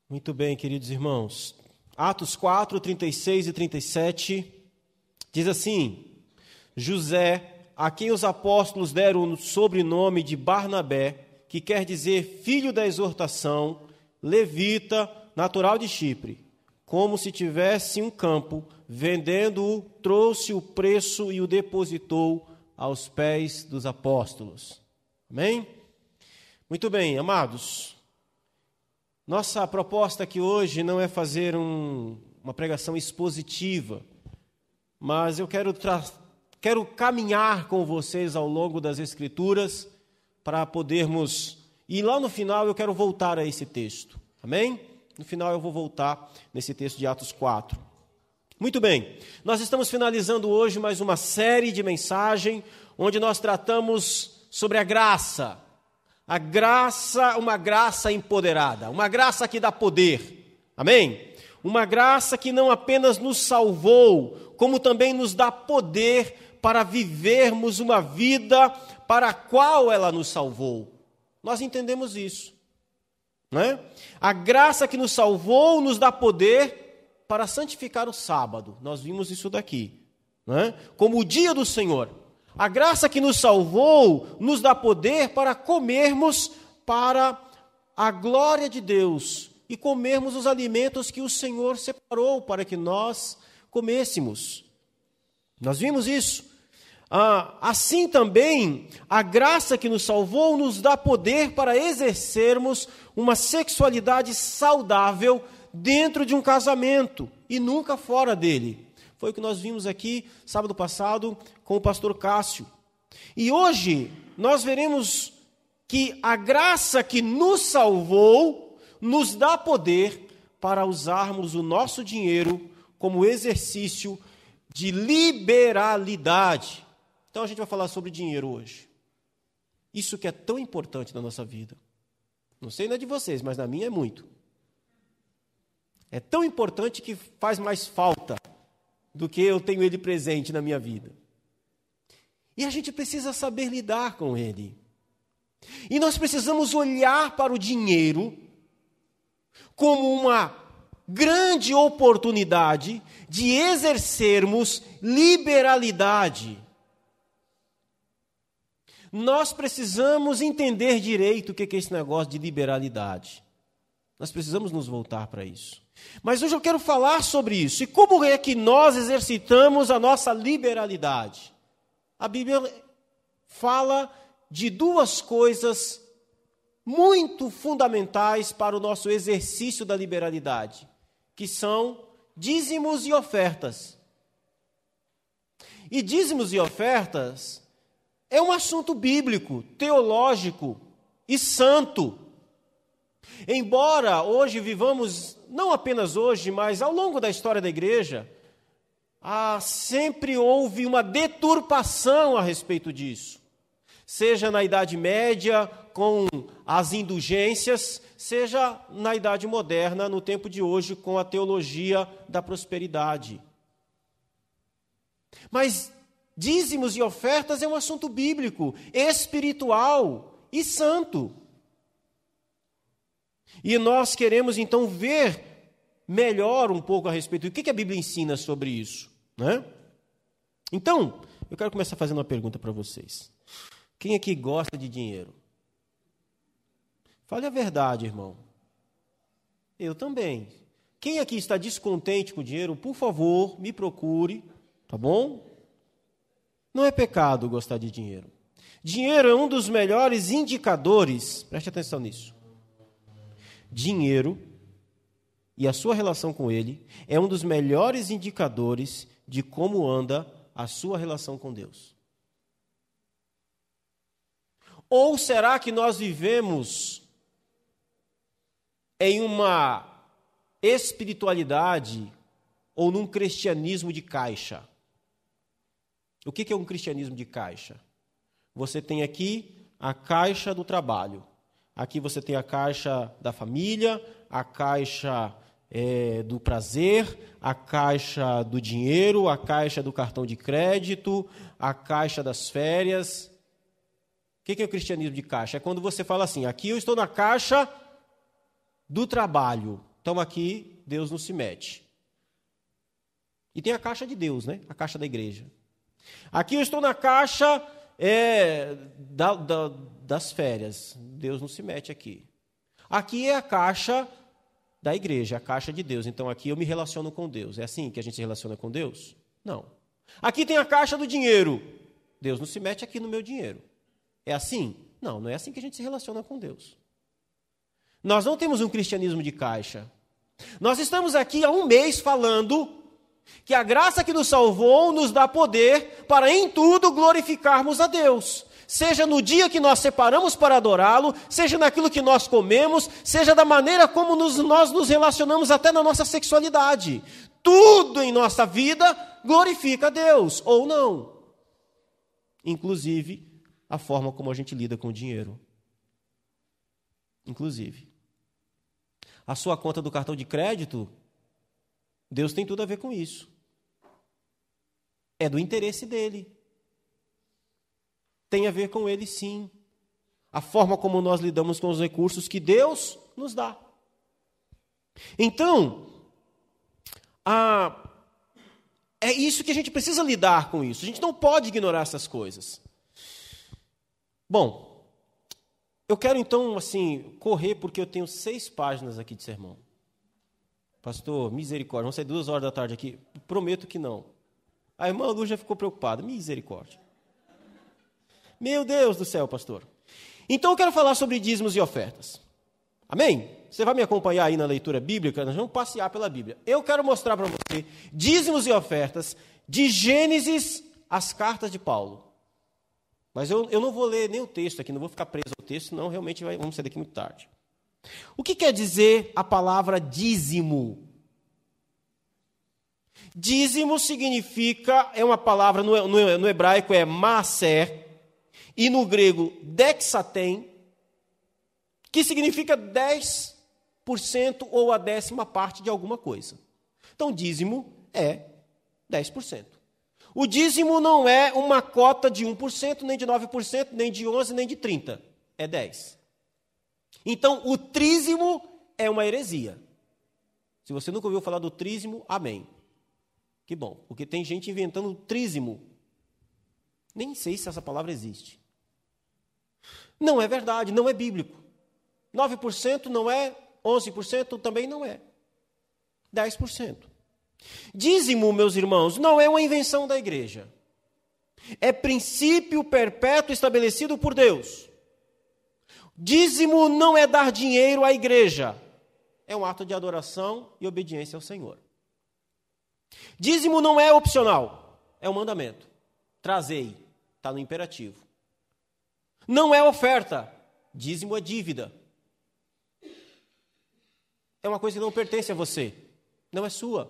Muito bem, queridos irmãos. Atos 4, 36 e 37, diz assim: José, a quem os apóstolos deram o sobrenome de Barnabé, que quer dizer filho da exortação, levita, natural de Chipre, como se tivesse um campo, vendendo-o, trouxe o preço e o depositou aos pés dos apóstolos. Amém? Muito bem, amados. Nossa proposta aqui hoje não é fazer uma pregação expositiva, mas eu quero caminhar com vocês ao longo das Escrituras para podermos... E lá no final eu quero voltar a esse texto, amém? No final eu vou voltar nesse texto de Atos 4. Muito bem, nós estamos finalizando hoje mais uma série de mensagem onde nós tratamos sobre a graça. A graça, uma graça empoderada, uma graça que dá poder, amém? Uma graça que não apenas nos salvou, como também nos dá poder para vivermos uma vida para a qual ela nos salvou. Nós entendemos isso, não é? A graça que nos salvou nos dá poder para santificar o sábado. Nós vimos isso daqui, não é? Como o dia do Senhor. A graça que nos salvou nos dá poder para comermos para a glória de Deus e comermos os alimentos que o Senhor separou para que nós comêssemos. Nós vimos isso. Assim também, a graça que nos salvou nos dá poder para exercermos uma sexualidade saudável dentro de um casamento e nunca fora dele. Foi o que nós vimos aqui sábado passado com o pastor Cássio. E hoje nós veremos que a graça que nos salvou nos dá poder para usarmos o nosso dinheiro como exercício de liberalidade. Então a gente vai falar sobre dinheiro hoje. Isso que é tão importante na nossa vida. Não sei na de vocês, mas na minha é muito. É tão importante que faz mais falta do que eu tenho ele presente na minha vida. E a gente precisa saber lidar com ele. E nós precisamos olhar para o dinheiro como uma grande oportunidade de exercermos liberalidade. Nós precisamos entender direito o que é esse negócio de liberalidade. Nós precisamos nos voltar para isso. Mas hoje eu quero falar sobre isso. E como é que nós exercitamos a nossa liberalidade? A Bíblia fala de duas coisas muito fundamentais para o nosso exercício da liberalidade, que são dízimos e ofertas. E dízimos e ofertas é um assunto bíblico, teológico e santo. Embora hoje vivamos, não apenas hoje, mas ao longo da história da igreja, sempre houve uma deturpação a respeito disso. Seja na Idade Média, com as indulgências, seja na Idade Moderna, no tempo de hoje, com a teologia da prosperidade. Mas dízimos e ofertas é um assunto bíblico, espiritual e santo. E nós queremos, então, ver melhor um pouco a respeito do que a Bíblia ensina sobre isso, né? Então, eu quero começar fazendo uma pergunta para vocês. Quem aqui gosta de dinheiro? Fale a verdade, irmão. Eu também. Quem aqui está descontente com o dinheiro, por favor, me procure, tá bom? Não é pecado gostar de dinheiro. Dinheiro é um dos melhores indicadores, preste atenção nisso. Dinheiro e a sua relação com ele é um dos melhores indicadores de como anda a sua relação com Deus. Ou será que nós vivemos em uma espiritualidade ou num cristianismo de caixa? O que é um cristianismo de caixa? Você tem aqui a caixa do trabalho. Aqui você tem a caixa da família, a caixa do prazer, a caixa do dinheiro, a caixa do cartão de crédito, a caixa das férias. O que é o cristianismo de caixa? É quando você fala assim, aqui eu estou na caixa do trabalho. Então aqui Deus não se mete. E tem a caixa de Deus, né? A caixa da igreja. Aqui eu estou na caixa das férias. Deus não se mete aqui. Aqui é a caixa da igreja, a caixa de Deus. Então aqui eu me relaciono com Deus. É assim que a gente se relaciona com Deus? Não. Aqui tem a caixa do dinheiro. Deus não se mete aqui no meu dinheiro. É assim? Não, não é assim que a gente se relaciona com Deus. Nós não temos um cristianismo de caixa. Nós estamos aqui há um mês falando que a graça que nos salvou nos dá poder para em tudo glorificarmos a Deus. Seja no dia que nós separamos para adorá-lo, seja naquilo que nós comemos, seja da maneira como nós nos relacionamos até na nossa sexualidade. Tudo em nossa vida glorifica a Deus, ou não. Inclusive, a forma como a gente lida com o dinheiro. Inclusive. A sua conta do cartão de crédito, Deus tem tudo a ver com isso. É do interesse dele. Tem a ver com ele, sim. A forma como nós lidamos com os recursos que Deus nos dá. Então, é isso que a gente precisa lidar com isso. A gente não pode ignorar essas coisas. Bom, eu quero então, assim, correr porque eu tenho 6 páginas aqui de sermão. Pastor, misericórdia, vamos sair 2 horas da tarde aqui? Prometo que não. A irmã Lu já ficou preocupada. Misericórdia. Meu Deus do céu, pastor. Então eu quero falar sobre dízimos e ofertas. Amém? Você vai me acompanhar aí na leitura bíblica? Nós vamos passear pela Bíblia. Eu quero mostrar para você dízimos e ofertas de Gênesis às cartas de Paulo. Mas eu não vou ler nem o texto aqui, não vou ficar preso ao texto, senão realmente vamos sair daqui muito tarde. O que quer dizer a palavra dízimo? Dízimo significa, é uma palavra, no hebraico é maaser, e no grego dexatem, que significa 10% ou a 10ª parte de alguma coisa. Então, dízimo é 10%. O dízimo não é uma cota de 1%, nem de 9%, nem de 11%, nem de 30%. É 10%. Então, o trízimo é uma heresia. Se você nunca ouviu falar do trízimo, amém. Que bom, porque tem gente inventando trízimo. Nem sei se essa palavra existe. Não é verdade, não é bíblico. 9% não é, 11% também não é. 10%. Dízimo, meus irmãos, não é uma invenção da igreja. É princípio perpétuo estabelecido por Deus. Dízimo não é dar dinheiro à igreja. É um ato de adoração e obediência ao Senhor. Dízimo não é opcional. É um mandamento. Trazei. Está no imperativo. Não é oferta. Dízimo é dívida. É uma coisa que não pertence a você. Não é sua.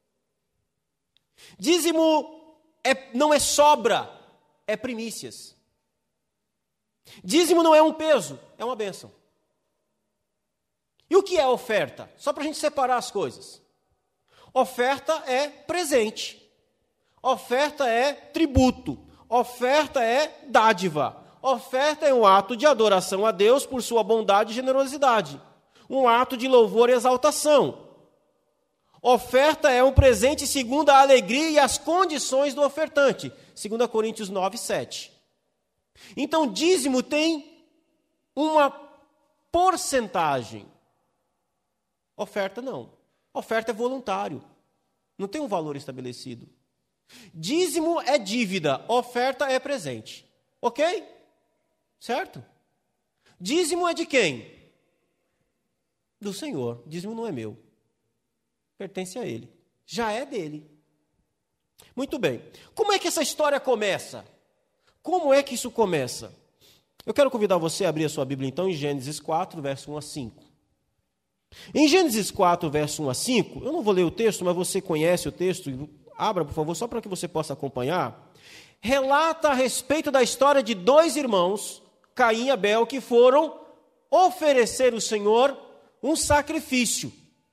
Dízimo não é sobra. É primícias. Dízimo não é um peso, é uma bênção. E o que é oferta? Só para a gente separar as coisas. Oferta é presente. Oferta é tributo. Oferta é dádiva. Oferta é um ato de adoração a Deus por sua bondade e generosidade. Um ato de louvor e exaltação. Oferta é um presente segundo a alegria e as condições do ofertante. 2 Coríntios 9, 7. Então, dízimo tem uma porcentagem. Oferta não. Oferta é voluntário. Não tem um valor estabelecido. Dízimo é dívida. Oferta é presente. Ok? Certo? Dízimo é de quem? Do Senhor. Dízimo não é meu. Pertence a Ele. Já é dele. Muito bem. Como é que essa história começa? Como é que isso começa? Eu quero convidar você a abrir a sua Bíblia, então, em Gênesis 4, verso 1 a 5. Em Gênesis 4, verso 1 a 5, eu não vou ler o texto, mas você conhece o texto, abra, por favor, só para que você possa acompanhar. Relata a respeito da história de 2 irmãos, Caim e Abel, que foram oferecer ao Senhor um sacrifício.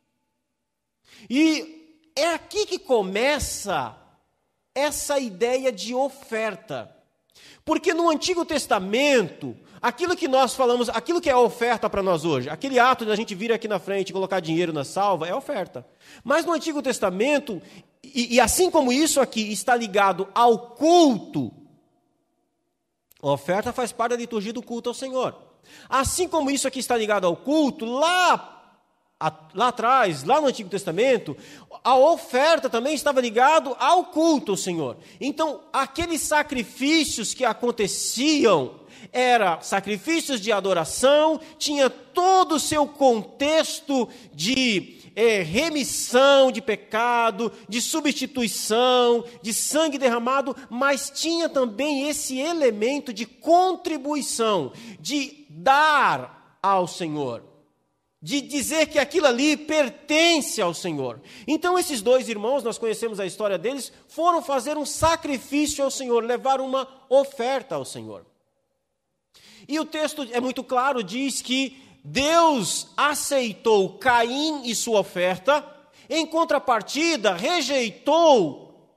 E é aqui que começa essa ideia de oferta. Porque no Antigo Testamento, aquilo que nós falamos, aquilo que é oferta para nós hoje, aquele ato de a gente vir aqui na frente e colocar dinheiro na salva, é oferta. Mas no Antigo Testamento, e assim como isso aqui está ligado ao culto, a oferta faz parte da liturgia do culto ao Senhor. Assim como isso aqui está ligado ao culto, lá atrás, lá no Antigo Testamento, a oferta também estava ligado ao culto ao Senhor. Então, aqueles sacrifícios que aconteciam, eram sacrifícios de adoração, tinha todo o seu contexto de remissão de pecado, de substituição, de sangue derramado, mas tinha também esse elemento de contribuição, de dar ao Senhor, de dizer que aquilo ali pertence ao Senhor. Então esses dois irmãos, nós conhecemos a história deles, foram fazer um sacrifício ao Senhor, levar uma oferta ao Senhor. E o texto é muito claro, diz que Deus aceitou Caim e sua oferta, em contrapartida, rejeitou.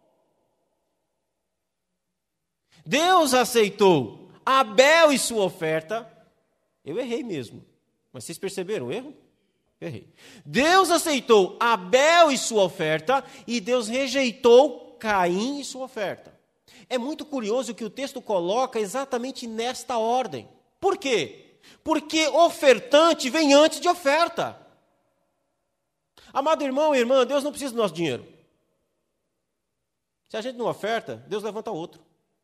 Deus aceitou Abel e sua oferta. Eu errei mesmo, mas vocês perceberam o erro? Errei. Deus aceitou Abel e sua oferta, e Deus rejeitou Caim e sua oferta. É muito curioso que o texto coloca exatamente nesta ordem. Por quê? Porque ofertante vem antes de oferta. Amado irmão e irmã, Deus não precisa do nosso dinheiro. Se a gente não oferta, Deus levanta outro.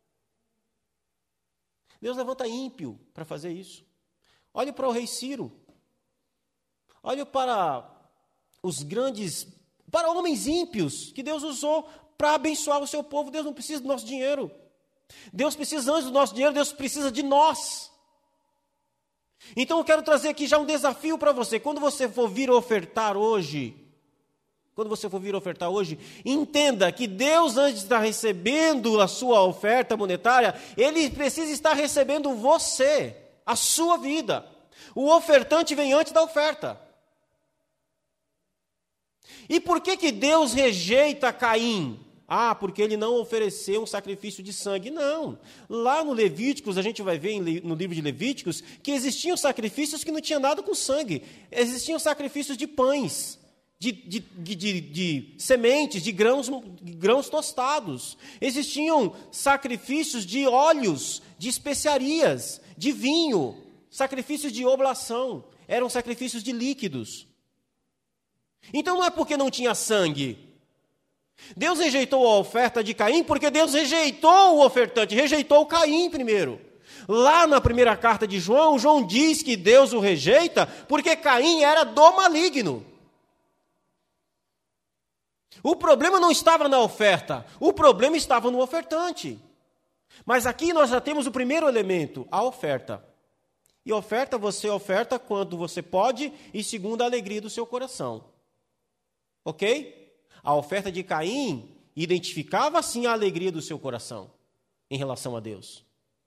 Deus levanta ímpio para fazer isso. Olhe para o rei Ciro. Olhe para os grandes, para homens ímpios que Deus usou para abençoar o seu povo. Deus não precisa do nosso dinheiro. Deus precisa antes do nosso dinheiro, Deus precisa de nós. Então eu quero trazer aqui já um desafio para você. Quando você for vir ofertar hoje, entenda que Deus, antes de estar recebendo a sua oferta monetária, Ele precisa estar recebendo você, a sua vida. O ofertante vem antes da oferta. E por que Deus rejeita Caim? Porque ele não ofereceu um sacrifício de sangue. Não. Lá no Levíticos, a gente vai ver no livro de Levíticos, que existiam sacrifícios que não tinham nada com sangue. Existiam sacrifícios de pães, de sementes, de grãos tostados. Existiam sacrifícios de óleos, de especiarias, de vinho, sacrifícios de oblação. Eram sacrifícios de líquidos. Então não é porque não tinha sangue. Deus rejeitou a oferta de Caim porque Deus rejeitou o ofertante, rejeitou Caim primeiro. Lá na primeira carta de João, João diz que Deus o rejeita porque Caim era do maligno. O problema não estava na oferta, o problema estava no ofertante. Mas aqui nós já temos o primeiro elemento, a oferta. E oferta, você oferta quando você pode e segundo a alegria do seu coração. Ok? A oferta de Caim identificava, sim, a alegria do seu coração em relação a Deus.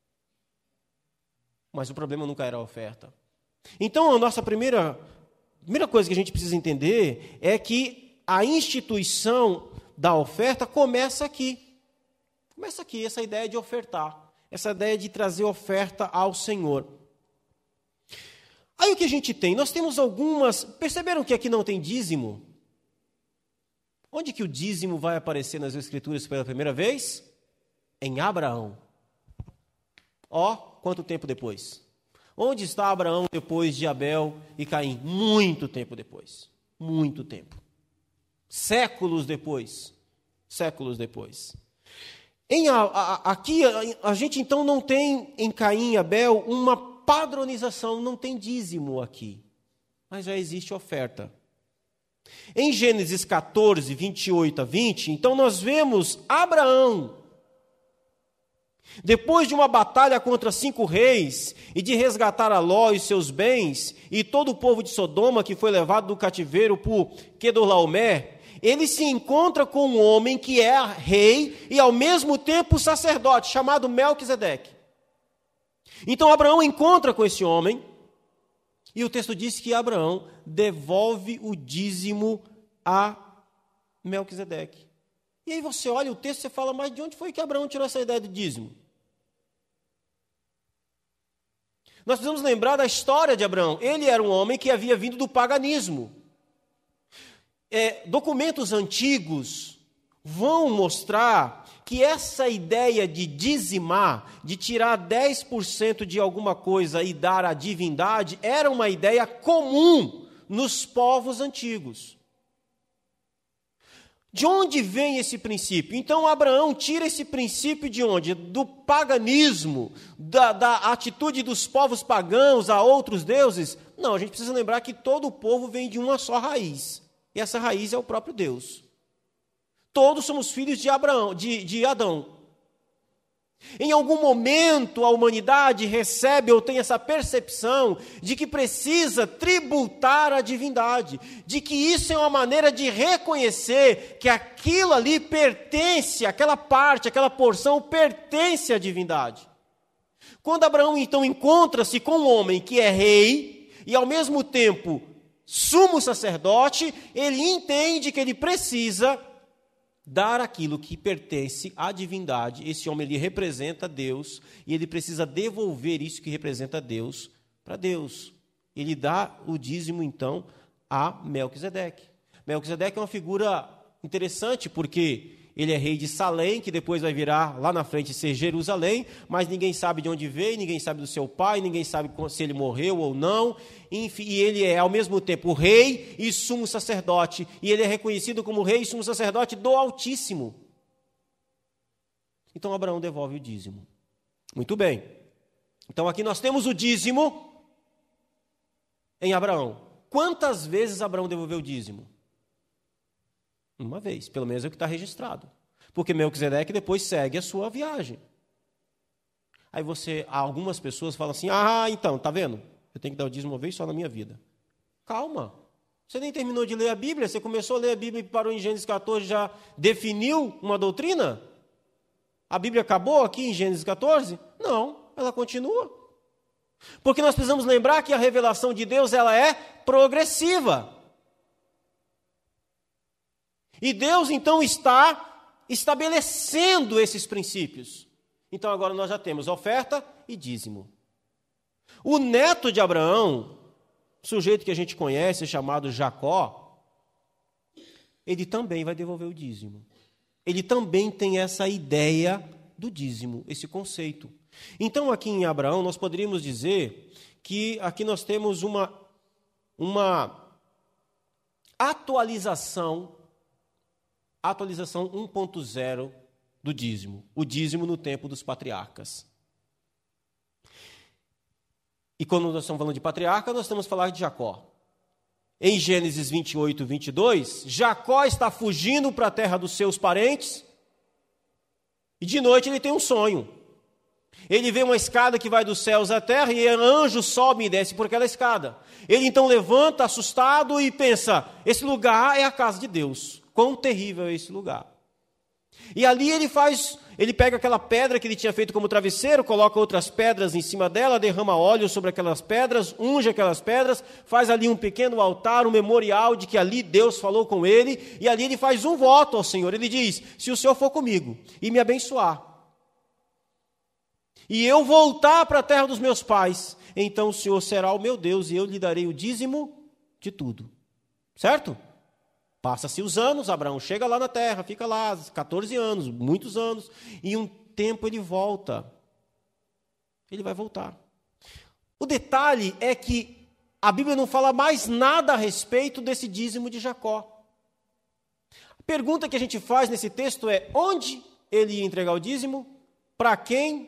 Mas o problema nunca era a oferta. Então, a nossa primeira coisa que a gente precisa entender é que a instituição da oferta começa aqui. Começa aqui, essa ideia de ofertar. Essa ideia de trazer oferta ao Senhor. Aí o que a gente tem? Nós temos algumas... Perceberam que aqui não tem dízimo? Onde que o dízimo vai aparecer nas Escrituras pela primeira vez? Em Abraão. Quanto tempo depois? Onde está Abraão depois de Abel e Caim? Muito tempo depois. Muito tempo. Séculos depois. Séculos depois. Aqui a gente então não tem em Caim e Abel uma padronização, não tem dízimo aqui. Mas já existe oferta. Em Gênesis 14, 28 a 20, então nós vemos Abraão, depois de uma batalha contra 5 reis, e de resgatar a Ló e seus bens, e todo o povo de Sodoma que foi levado do cativeiro por Quedorlaomer, ele se encontra com um homem que é rei e ao mesmo tempo sacerdote, chamado Melquisedeque. Então Abraão encontra com esse homem, e o texto diz que Abraão devolve o dízimo a Melquisedeque. E aí você olha o texto e você fala, mas de onde foi que Abraão tirou essa ideia de dízimo? Nós precisamos lembrar da história de Abraão. Ele era um homem que havia vindo do paganismo. Documentos antigos vão mostrar que essa ideia de dizimar, de tirar 10% de alguma coisa e dar à divindade, era uma ideia comum nos povos antigos. De onde vem esse princípio? Então Abraão tira esse princípio de onde? Do paganismo, da atitude dos povos pagãos a outros deuses? Não, a gente precisa lembrar que todo o povo vem de uma só raiz. E essa raiz é o próprio Deus. Todos somos filhos de Abraão, de Adão. Em algum momento a humanidade recebe ou tem essa percepção de que precisa tributar a divindade, de que isso é uma maneira de reconhecer que aquilo ali pertence, aquela parte, aquela porção pertence à divindade. Quando Abraão então encontra-se com um homem que é rei e ao mesmo tempo sumo sacerdote, ele entende que ele precisa dar aquilo que pertence à divindade. Esse homem ele representa Deus e ele precisa devolver isso que representa Deus para Deus. Ele dá o dízimo então a Melquisedeque. Melquisedeque é uma figura interessante porque ele é rei de Salém, que depois vai virar lá na frente ser Jerusalém, mas ninguém sabe de onde veio, ninguém sabe do seu pai, ninguém sabe se ele morreu ou não. Enfim, e ele é ao mesmo tempo rei e sumo sacerdote, e ele é reconhecido como rei e sumo sacerdote do Altíssimo. Então Abraão devolve o dízimo. Muito bem. Então aqui nós temos o dízimo em Abraão. Quantas vezes Abraão devolveu o dízimo? Uma vez, pelo menos é o que está registrado. Porque Melquisedeque depois segue a sua viagem. Aí algumas pessoas falam assim, então, tá vendo? Eu tenho que dar o dízimo uma vez só na minha vida. Calma, você nem terminou de ler a Bíblia, você começou a ler a Bíblia e parou em Gênesis 14, já definiu uma doutrina? A Bíblia acabou aqui em Gênesis 14? Não, ela continua. Porque nós precisamos lembrar que a revelação de Deus ela é progressiva. E Deus, então, está estabelecendo esses princípios. Então, agora nós já temos oferta e dízimo. O neto de Abraão, sujeito que a gente conhece, chamado Jacó, ele também vai devolver o dízimo. Ele também tem essa ideia do dízimo, esse conceito. Então, aqui em Abraão, nós poderíamos dizer que aqui nós temos uma atualização 1.0 do dízimo. O dízimo no tempo dos patriarcas. E quando nós estamos falando de patriarca, nós estamos falando de Jacó. Em Gênesis 28, 22, Jacó está fugindo para a terra dos seus parentes e de noite ele tem um sonho. Ele vê uma escada que vai dos céus à terra e anjos sobem e descem por aquela escada. Ele então levanta assustado e pensa, esse lugar é a casa de Deus. Quão terrível é esse lugar. E ali ele pega aquela pedra que ele tinha feito como travesseiro, coloca outras pedras em cima dela, derrama óleo sobre aquelas pedras, unge aquelas pedras, faz ali um pequeno altar, um memorial de que ali Deus falou com ele, e ali ele faz um voto ao Senhor. Ele diz, se o Senhor for comigo e me abençoar, e eu voltar para a terra dos meus pais, então o Senhor será o meu Deus e eu lhe darei o dízimo de tudo. Certo? Passa-se os anos, Abraão chega lá na terra, fica lá 14 anos, muitos anos, e um tempo ele volta. Ele vai voltar. O detalhe é que a Bíblia não fala mais nada a respeito desse dízimo de Jacó. A pergunta que a gente faz nesse texto é, onde ele ia entregar o dízimo? Para quem?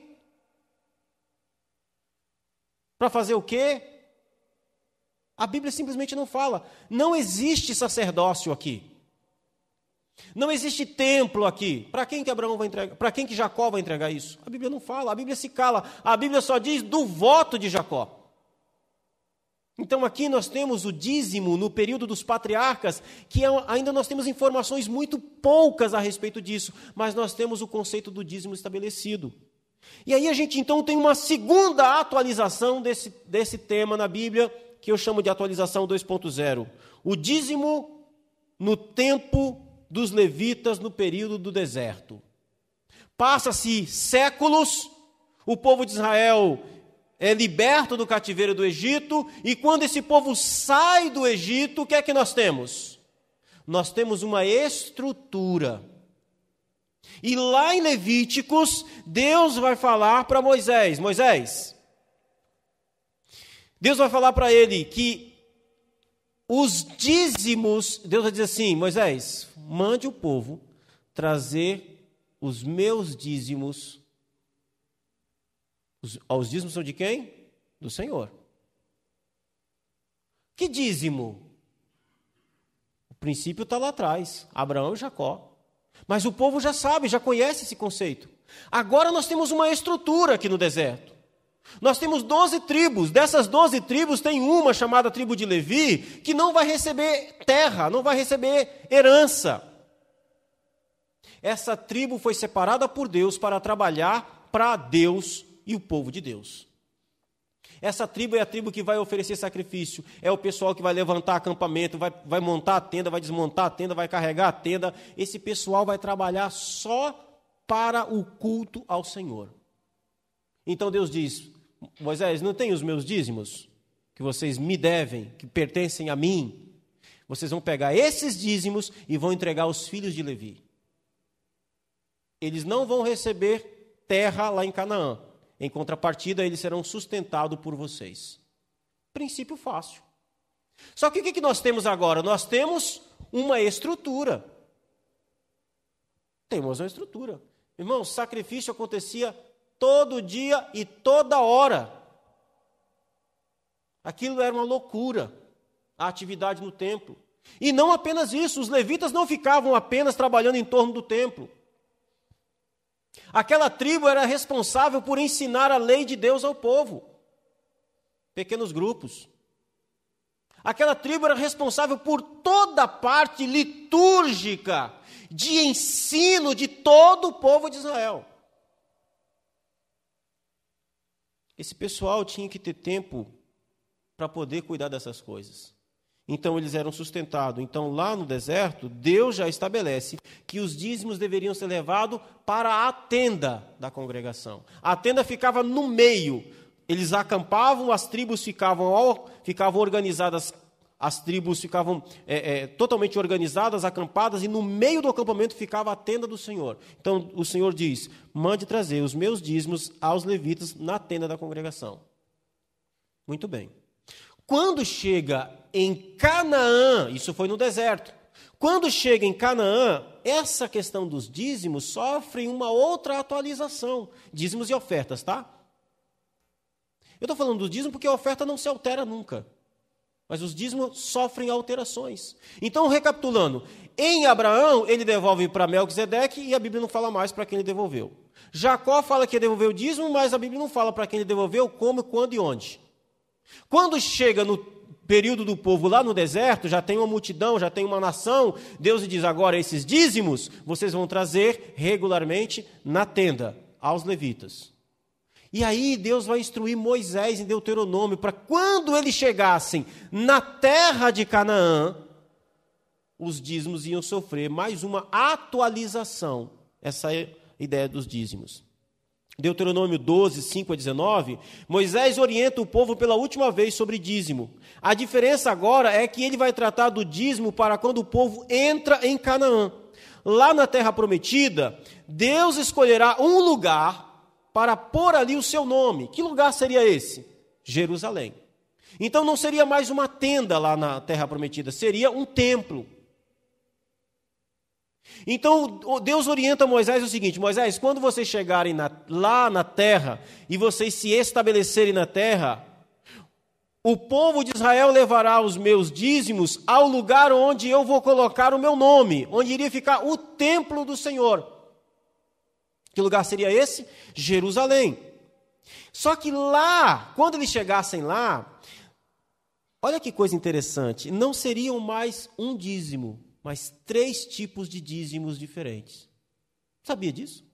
Para fazer o quê? A Bíblia simplesmente não fala. Não existe sacerdócio aqui. Não existe templo aqui. Para quem que Abraão vai entregar? Para quem que Jacó vai entregar isso? A Bíblia não fala, a Bíblia se cala. A Bíblia só diz do voto de Jacó. Então aqui nós temos o dízimo no período dos patriarcas, que ainda nós temos informações muito poucas a respeito disso, mas nós temos o conceito do dízimo estabelecido. E aí a gente então tem uma segunda atualização desse tema na Bíblia, que eu chamo de atualização 2.0. O dízimo no tempo dos levitas no período do deserto. Passa-se séculos, o povo de Israel é liberto do cativeiro do Egito, e quando esse povo sai do Egito, o que é que nós temos? Nós temos uma estrutura. E lá em Levíticos, Deus vai falar para Moisés, Deus vai falar para ele que os dízimos, Deus vai dizer assim, Moisés, mande o povo trazer os meus dízimos. Os dízimos são de quem? Do Senhor. Que dízimo? O princípio está lá atrás, Abraão e Jacó. Mas o povo já sabe, já conhece esse conceito. Agora nós temos uma estrutura aqui no deserto. Nós temos 12 tribos. Dessas 12 tribos, tem uma chamada tribo de Levi, que não vai receber terra, não vai receber herança. Essa tribo foi separada por Deus para trabalhar para Deus e o povo de Deus. Essa tribo é a tribo que vai oferecer sacrifício, é o pessoal que vai levantar acampamento, vai montar a tenda, vai desmontar a tenda, vai carregar a tenda. Esse pessoal vai trabalhar só para o culto ao Senhor. Então Deus diz, Moisés, não tem os meus dízimos que vocês me devem, que pertencem a mim? Vocês vão pegar esses dízimos e vão entregar aos filhos de Levi. Eles não vão receber terra lá em Canaã. Em contrapartida, eles serão sustentados por vocês. Princípio fácil. Só que o que nós temos agora? Nós temos uma estrutura. Temos uma estrutura. Irmãos, sacrifício acontecia todo dia e toda hora. Aquilo era uma loucura, a atividade no templo. E não apenas isso, os levitas não ficavam apenas trabalhando em torno do templo. Aquela tribo era responsável por ensinar a lei de Deus ao povo. Pequenos grupos. Aquela tribo era responsável por toda a parte litúrgica de ensino de todo o povo de Israel. Esse pessoal tinha que ter tempo para poder cuidar dessas coisas. Então eles eram sustentados. Então lá no deserto, Deus já estabelece que os dízimos deveriam ser levados para a tenda da congregação. A tenda ficava no meio. Eles acampavam, as tribos ficavam organizadas, as tribos ficavam totalmente organizadas, acampadas, e no meio do acampamento ficava a tenda do Senhor. Então o Senhor diz, mande trazer os meus dízimos aos levitas na tenda da congregação. Muito bem. Quando chega em Canaã, isso foi no deserto, quando chega em Canaã, essa questão dos dízimos sofre uma outra atualização. Dízimos e ofertas, tá? Eu estou falando do dízimo porque a oferta não se altera nunca. Mas os dízimos sofrem alterações. Então, recapitulando, em Abraão, ele devolve para Melquisedeque e a Bíblia não fala mais para quem ele devolveu. Jacó fala que devolveu o dízimo, mas a Bíblia não fala para quem ele devolveu, como, quando e onde. Quando chega no período do povo lá no deserto, já tem uma multidão, já tem uma nação, Deus diz, agora esses dízimos vocês vão trazer regularmente na tenda, aos levitas. E aí Deus vai instruir Moisés em Deuteronômio, para quando eles chegassem na terra de Canaã, os dízimos iam sofrer mais uma atualização, essa é a ideia dos dízimos. Deuteronômio 12, 5 a 19, Moisés orienta o povo pela última vez sobre dízimo. A diferença agora é que ele vai tratar do dízimo para quando o povo entra em Canaã. Lá na terra prometida, Deus escolherá um lugar para pôr ali o seu nome. Que lugar seria esse? Jerusalém. Então não seria mais uma tenda lá na terra prometida, seria um templo. Então Deus orienta Moisés o seguinte, Moisés, quando vocês chegarem lá na terra e vocês se estabelecerem na terra, o povo de Israel levará os meus dízimos ao lugar onde eu vou colocar o meu nome, onde iria ficar o templo do Senhor. Que lugar seria esse? Jerusalém. Só que lá, quando eles chegassem lá, olha que coisa interessante, não seriam mais um dízimo, mas 3 tipos de dízimos diferentes. Sabia disso?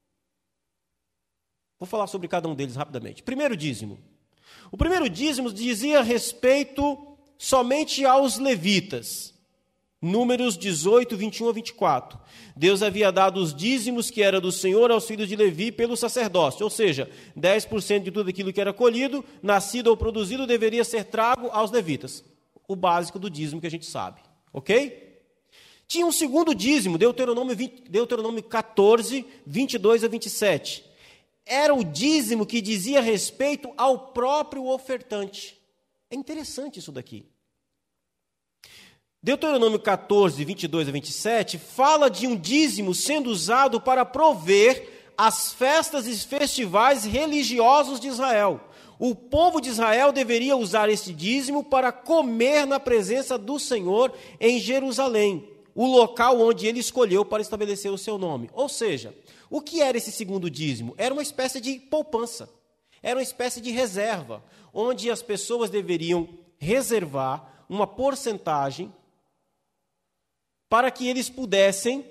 Vou falar sobre cada um deles rapidamente. Primeiro dízimo. O primeiro dízimo dizia respeito somente aos levitas. Números 18, 21 a 24. Deus havia dado os dízimos que era do Senhor aos filhos de Levi pelo sacerdócio, ou seja, 10% de tudo aquilo que era colhido, nascido ou produzido, deveria ser trago aos levitas. O básico do dízimo que a gente sabe, ok? Tinha um segundo dízimo, Deuteronômio 14, 22 a 27. Era o dízimo que dizia respeito ao próprio ofertante. É interessante isso daqui. Deuteronômio 14, 22 a 27, fala de um dízimo sendo usado para prover as festas e festivais religiosos de Israel. O povo de Israel deveria usar esse dízimo para comer na presença do Senhor em Jerusalém, o local onde ele escolheu para estabelecer o seu nome. Ou seja, o que era esse segundo dízimo? Era uma espécie de poupança, era uma espécie de reserva, onde as pessoas deveriam reservar uma porcentagem para que eles pudessem,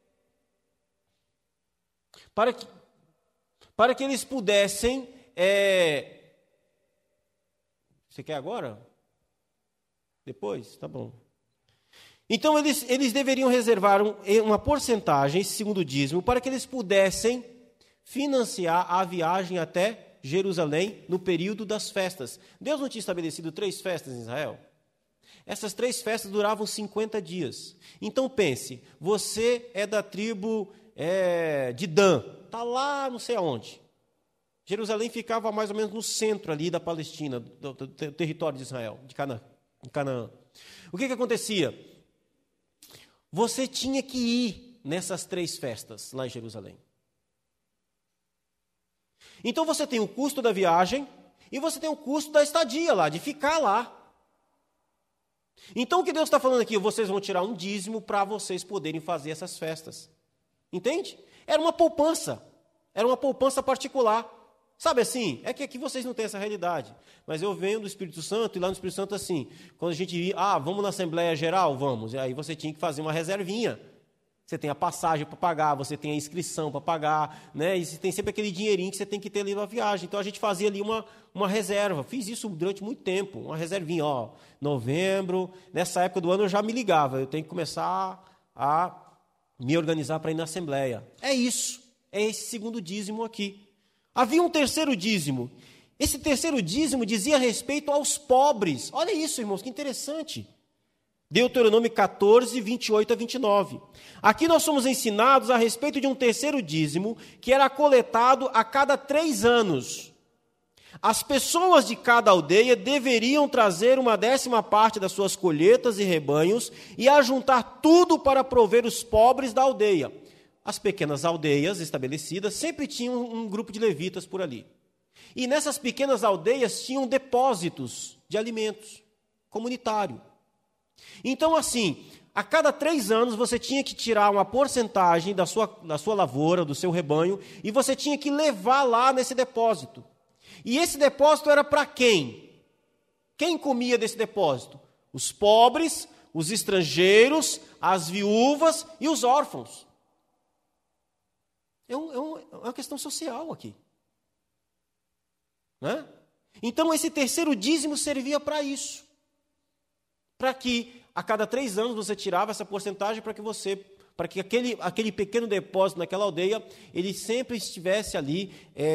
você quer agora? Depois? Tá bom. Então, eles deveriam reservar uma porcentagem, esse segundo dízimo, para que eles pudessem financiar a viagem até Jerusalém no período das festas. Deus não tinha estabelecido 3 festas em Israel? Essas 3 festas duravam 50 dias. Então pense, você é da tribo de Dan, está lá não sei aonde. Jerusalém ficava mais ou menos no centro ali da Palestina, do território de Israel, de Canaã. O que acontecia? Você tinha que ir nessas 3 festas lá em Jerusalém. Então você tem o custo da viagem e você tem o custo da estadia lá, de ficar lá. Então o que Deus está falando aqui? Vocês vão tirar um dízimo para vocês poderem fazer essas festas. Entende? Era uma poupança particular. Sabe assim, é que aqui vocês não têm essa realidade. Mas eu venho do Espírito Santo, e lá no Espírito Santo assim, quando a gente ia, vamos na Assembleia Geral? Vamos. E aí você tinha que fazer uma reservinha. Você tem a passagem para pagar, você tem a inscrição para pagar, né? E você tem sempre aquele dinheirinho que você tem que ter ali na viagem. Então a gente fazia ali uma reserva. Fiz isso durante muito tempo, uma reservinha, novembro. Nessa época do ano eu já me ligava, eu tenho que começar a me organizar para ir na Assembleia. É isso, é esse segundo dízimo aqui. Havia um terceiro dízimo. Esse terceiro dízimo dizia respeito aos pobres. Olha isso, irmãos, que interessante. Deuteronômio 14, 28 a 29. Aqui nós somos ensinados a respeito de um terceiro dízimo que era coletado a cada 3 anos. As pessoas de cada aldeia deveriam trazer 1/10 das suas colheitas e rebanhos e ajuntar tudo para prover os pobres da aldeia. As pequenas aldeias estabelecidas sempre tinham um grupo de levitas por ali. E nessas pequenas aldeias tinham depósitos de alimentos comunitário. Então, assim, a cada 3 anos você tinha que tirar uma porcentagem da sua lavoura, do seu rebanho, e você tinha que levar lá nesse depósito. E esse depósito era para quem? Quem comia desse depósito? Os pobres, os estrangeiros, as viúvas e os órfãos. É uma questão social aqui. Né? Então, esse terceiro dízimo servia para isso. Para que a cada 3 anos você tirava essa porcentagem para que aquele pequeno depósito naquela aldeia, ele sempre estivesse ali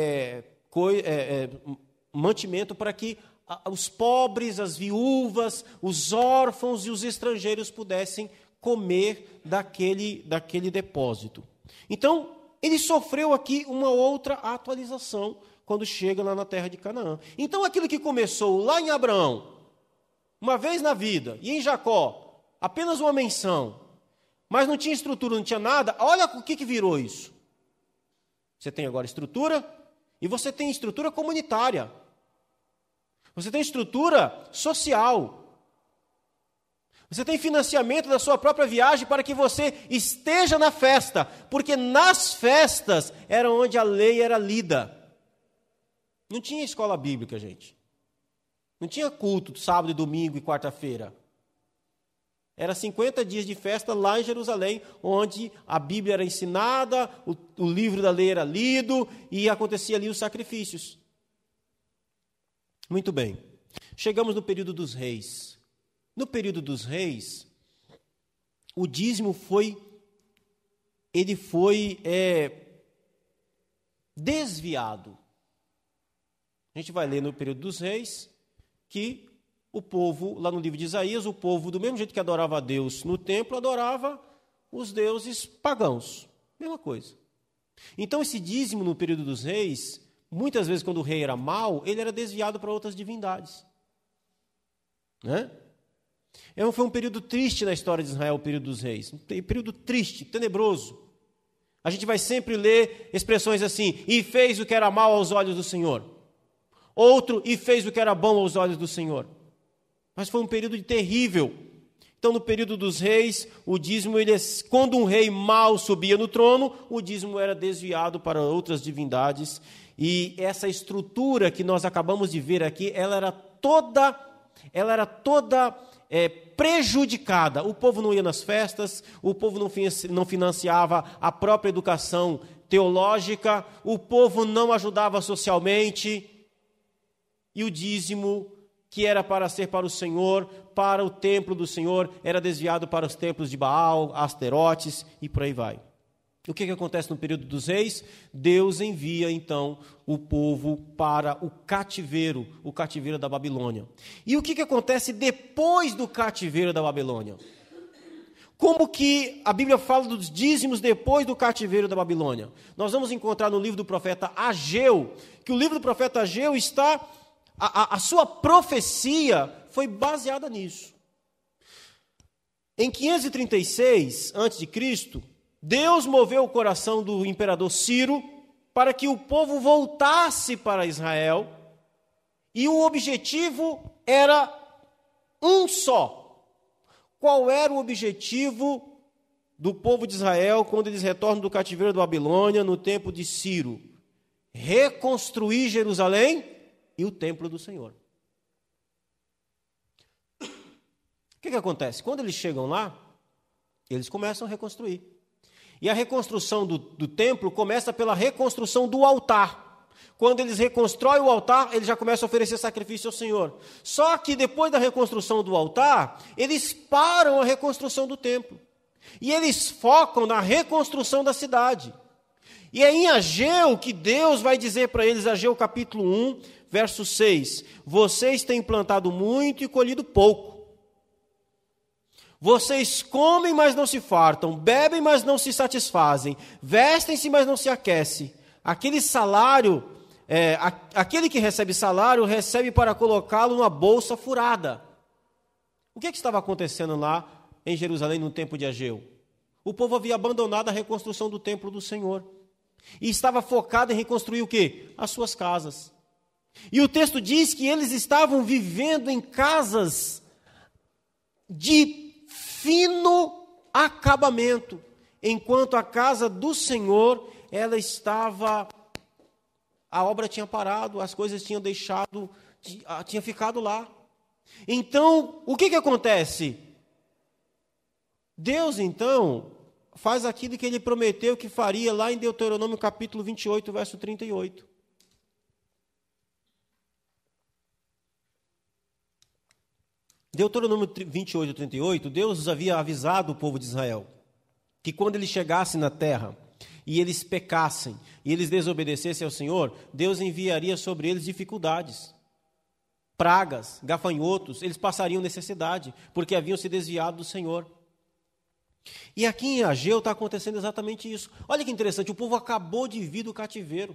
mantimento para que os pobres, as viúvas, os órfãos e os estrangeiros pudessem comer daquele depósito. Então, ele sofreu aqui uma outra atualização quando chega lá na terra de Canaã. Então, aquilo que começou lá em Abraão, uma vez na vida, e em Jacó, apenas uma menção, mas não tinha estrutura, não tinha nada, olha o que virou isso. Você tem agora estrutura, e você tem estrutura comunitária. Você tem estrutura social. Você tem financiamento da sua própria viagem para que você esteja na festa, porque nas festas era onde a lei era lida. Não tinha escola bíblica, gente. Não tinha culto sábado, domingo e quarta-feira. Era 50 dias de festa lá em Jerusalém, onde a Bíblia era ensinada, o livro da lei era lido e acontecia ali os sacrifícios. Muito bem. Chegamos no período dos reis. No período dos reis, o dízimo foi desviado. A gente vai ler no período dos reis que o povo, lá no livro de Isaías, o povo, do mesmo jeito que adorava a Deus no templo, adorava os deuses pagãos. Mesma coisa. Então, esse dízimo no período dos reis, muitas vezes, quando o rei era mau, ele era desviado para outras divindades. Né? Foi um período triste na história de Israel, o período dos reis. Um período triste, tenebroso. A gente vai sempre ler expressões assim: e fez o que era mal aos olhos do Senhor. Outro, e fez o que era bom aos olhos do Senhor. Mas foi um período terrível. Então, no período dos reis, o dízimo, quando um rei mau subia no trono, o dízimo era desviado para outras divindades. E essa estrutura que nós acabamos de ver aqui, ela era toda prejudicada. O povo não ia nas festas, o povo não financiava a própria educação teológica, o povo não ajudava socialmente. E o dízimo, que era para ser para o Senhor, para o templo do Senhor, era desviado para os templos de Baal, Asterotes e por aí vai. O que acontece no período dos reis? Deus envia, então, o povo para o cativeiro da Babilônia. E o que acontece depois do cativeiro da Babilônia? Como que a Bíblia fala dos dízimos depois do cativeiro da Babilônia? Nós vamos encontrar no livro do profeta Ageu, que o livro do profeta Ageu está... A sua profecia foi baseada nisso. Em 536 a.C., Deus moveu o coração do imperador Ciro para que o povo voltasse para Israel, e o objetivo era um só. Qual era o objetivo do povo de Israel quando eles retornam do cativeiro da Babilônia no tempo de Ciro? Reconstruir Jerusalém e o templo do Senhor. O que acontece? Quando eles chegam lá, eles começam a reconstruir. E a reconstrução do templo começa pela reconstrução do altar. Quando eles reconstroem o altar, eles já começam a oferecer sacrifício ao Senhor. Só que depois da reconstrução do altar, eles param a reconstrução do templo. E eles focam na reconstrução da cidade. E é em Ageu que Deus vai dizer para eles, Ageu capítulo 1, verso 6, vocês têm plantado muito e colhido pouco. Vocês comem, mas não se fartam, bebem, mas não se satisfazem, vestem-se, mas não se aquecem. Aquele que recebe salário, recebe para colocá-lo numa bolsa furada. O que estava acontecendo lá em Jerusalém no tempo de Ageu? O povo havia abandonado a reconstrução do templo do Senhor. E estava focado em reconstruir o quê? As suas casas. E o texto diz que eles estavam vivendo em casas de fino acabamento, enquanto a casa do Senhor, a obra tinha parado, as coisas tinham tinha ficado lá. Então, o que acontece? Deus, então, faz aquilo que ele prometeu que faria lá em Deuteronômio capítulo 28, verso 38. Deuteronômio 28, 38, Deus havia avisado o povo de Israel que quando eles chegassem na terra e eles pecassem e eles desobedecessem ao Senhor, Deus enviaria sobre eles dificuldades, pragas, gafanhotos, eles passariam necessidade, porque haviam se desviado do Senhor. E aqui em Ageu está acontecendo exatamente isso. Olha que interessante, o povo acabou de vir do cativeiro.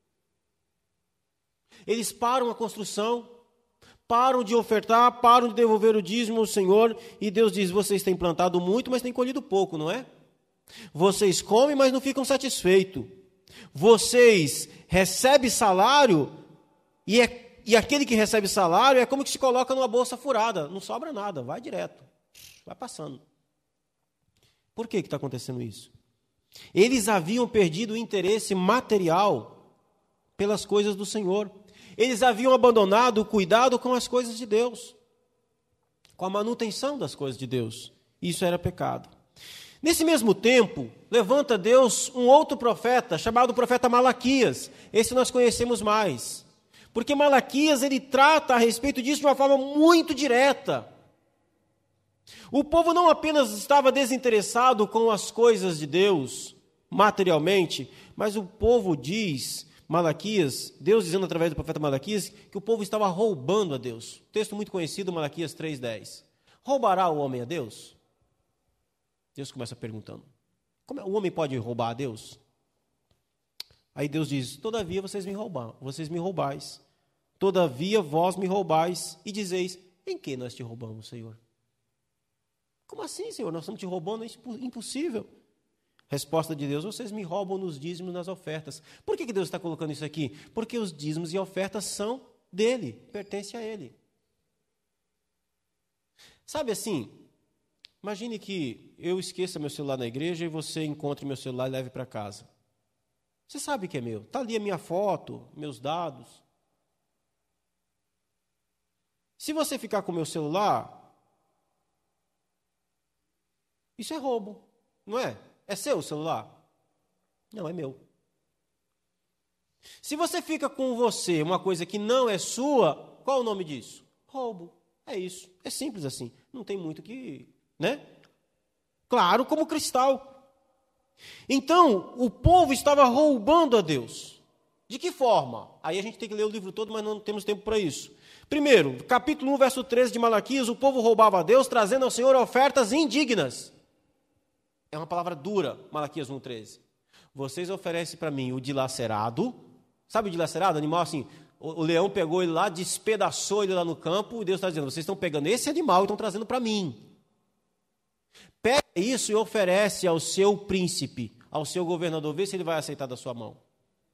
Eles param a construção, param de ofertar, param de devolver o dízimo ao Senhor, e Deus diz, vocês têm plantado muito, mas têm colhido pouco, não é? Vocês comem, mas não ficam satisfeitos. Vocês recebem salário, e aquele que recebe salário é como que se coloca numa bolsa furada, não sobra nada, vai direto, vai passando. Por que está acontecendo isso? Eles haviam perdido o interesse material pelas coisas do Senhor. Eles haviam abandonado o cuidado com as coisas de Deus, com a manutenção das coisas de Deus. Isso era pecado. Nesse mesmo tempo, levanta Deus um outro profeta, chamado profeta Malaquias. Esse nós conhecemos mais. Porque Malaquias, ele trata a respeito disso de uma forma muito direta. O povo não apenas estava desinteressado com as coisas de Deus, materialmente, mas o povo diz, Malaquias, Deus dizendo através do profeta Malaquias, que o povo estava roubando a Deus. Texto muito conhecido, Malaquias 3:10. Roubará o homem a Deus? Deus começa perguntando. Como o homem pode roubar a Deus? Aí Deus diz, todavia vocês me roubais. Todavia vós me roubais e dizeis, em que nós te roubamos, Senhor? Como assim, Senhor? Nós estamos te roubando? É impossível. Resposta de Deus, vocês me roubam nos dízimos e nas ofertas. Por que Deus está colocando isso aqui? Porque os dízimos e ofertas são dele, pertencem a ele. Sabe assim, imagine que eu esqueça meu celular na igreja e você encontre meu celular e leve para casa. Você sabe que é meu. Está ali a minha foto, meus dados. Se você ficar com o meu celular, isso é roubo, não é? É seu o celular? Não, é meu. Se você fica com você uma coisa que não é sua, qual o nome disso? Roubo. É isso. É simples assim. Não tem muito que, né? Claro, como cristal. Então, o povo estava roubando a Deus. De que forma? Aí a gente tem que ler o livro todo, mas não temos tempo para isso. Primeiro, capítulo 1, verso 13 de Malaquias, o povo roubava a Deus, trazendo ao Senhor ofertas indignas. É uma palavra dura, Malaquias 1:13. Vocês oferecem para mim o dilacerado. Sabe o dilacerado? Animal assim, o leão pegou ele lá, despedaçou ele lá no campo, e Deus está dizendo, vocês estão pegando esse animal e estão trazendo para mim. Pega isso e oferece ao seu príncipe, ao seu governador, vê se ele vai aceitar da sua mão.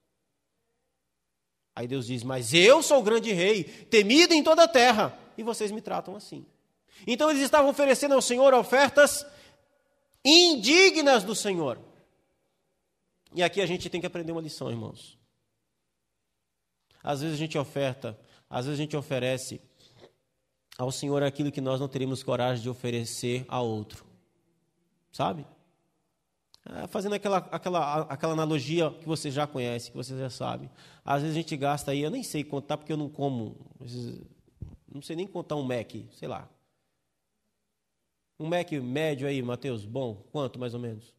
Aí Deus diz, mas eu sou o grande rei, temido em toda a terra, e vocês me tratam assim. Então eles estavam oferecendo ao Senhor ofertas indignas do Senhor. E aqui a gente tem que aprender uma lição, irmãos. Às vezes a gente oferece ao Senhor aquilo que nós não teríamos coragem de oferecer a outro. Sabe? Fazendo aquela analogia que você já conhece, que você já sabe. Às vezes a gente gasta aí, eu nem sei contar porque eu não como, não sei nem contar um Mac, sei lá. Um Mac médio aí, Mateus, bom, quanto mais ou menos?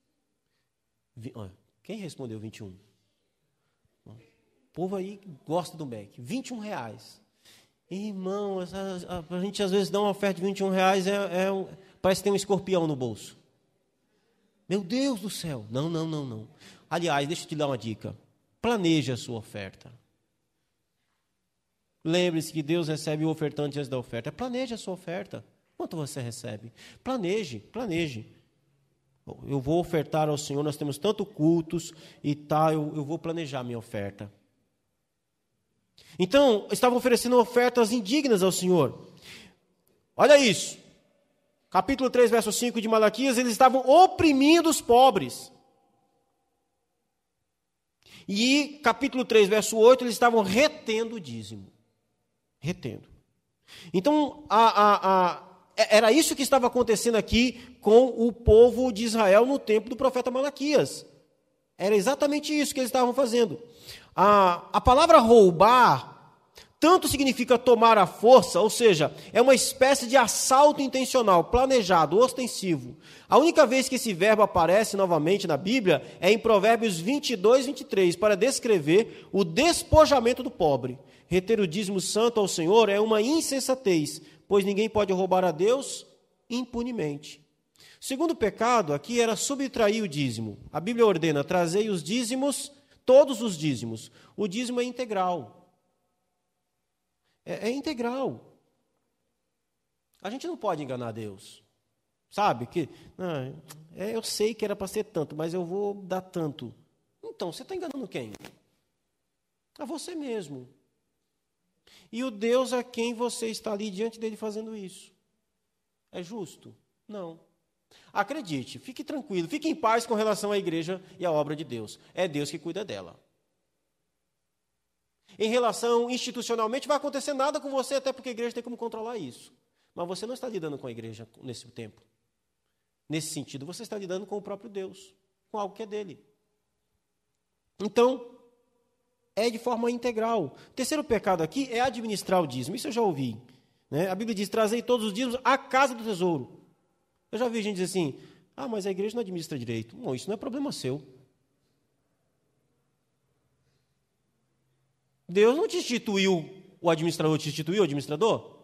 Quem respondeu 21? O povo aí gosta do Mac, R$21. Irmão, a gente às vezes dá uma oferta de R$21, parece que tem um escorpião no bolso. Meu Deus do céu, não. Aliás, deixa eu te dar uma dica, planeje a sua oferta. Lembre-se que Deus recebe o ofertante antes da oferta, planeje a sua oferta. Quanto você recebe? Planeje. Eu vou ofertar ao Senhor, nós temos tanto cultos e tal, eu vou planejar minha oferta. Então, estavam oferecendo ofertas indignas ao Senhor. Olha isso. Capítulo 3, verso 5 de Malaquias, eles estavam oprimindo os pobres. E capítulo 3, verso 8, eles estavam retendo o dízimo. Retendo. Então, era isso que estava acontecendo aqui com o povo de Israel no tempo do profeta Malaquias. Era exatamente isso que eles estavam fazendo. A palavra roubar tanto significa tomar à força, ou seja, é uma espécie de assalto intencional, planejado, ostensivo. A única vez que esse verbo aparece novamente na Bíblia é em Provérbios 22, 23, para descrever o despojamento do pobre. Reter o dízimo santo ao Senhor é uma insensatez, pois ninguém pode roubar a Deus impunemente. O segundo pecado aqui era subtrair o dízimo. A Bíblia ordena, trazei os dízimos, todos os dízimos. O dízimo é integral. É integral. A gente não pode enganar Deus. Sabe? Eu sei que era para ser tanto, mas eu vou dar tanto. Então, você está enganando quem? A você mesmo. E o Deus a quem você está ali diante dele fazendo isso. É justo? Não. Acredite, fique tranquilo, fique em paz com relação à igreja e à obra de Deus. É Deus que cuida dela. Em relação institucionalmente, vai acontecer nada com você, até porque a igreja tem como controlar isso. Mas você não está lidando com a igreja nesse tempo. Nesse sentido, você está lidando com o próprio Deus, com algo que é dele. Então, é de forma integral. O terceiro pecado aqui é administrar o dízimo. Isso eu já ouvi. Né? A Bíblia diz, trazei todos os dias à casa do tesouro. Eu já ouvi gente dizer assim, mas a igreja não administra direito. Bom, isso não é problema seu. Deus não te instituiu o administrador, te instituiu o administrador?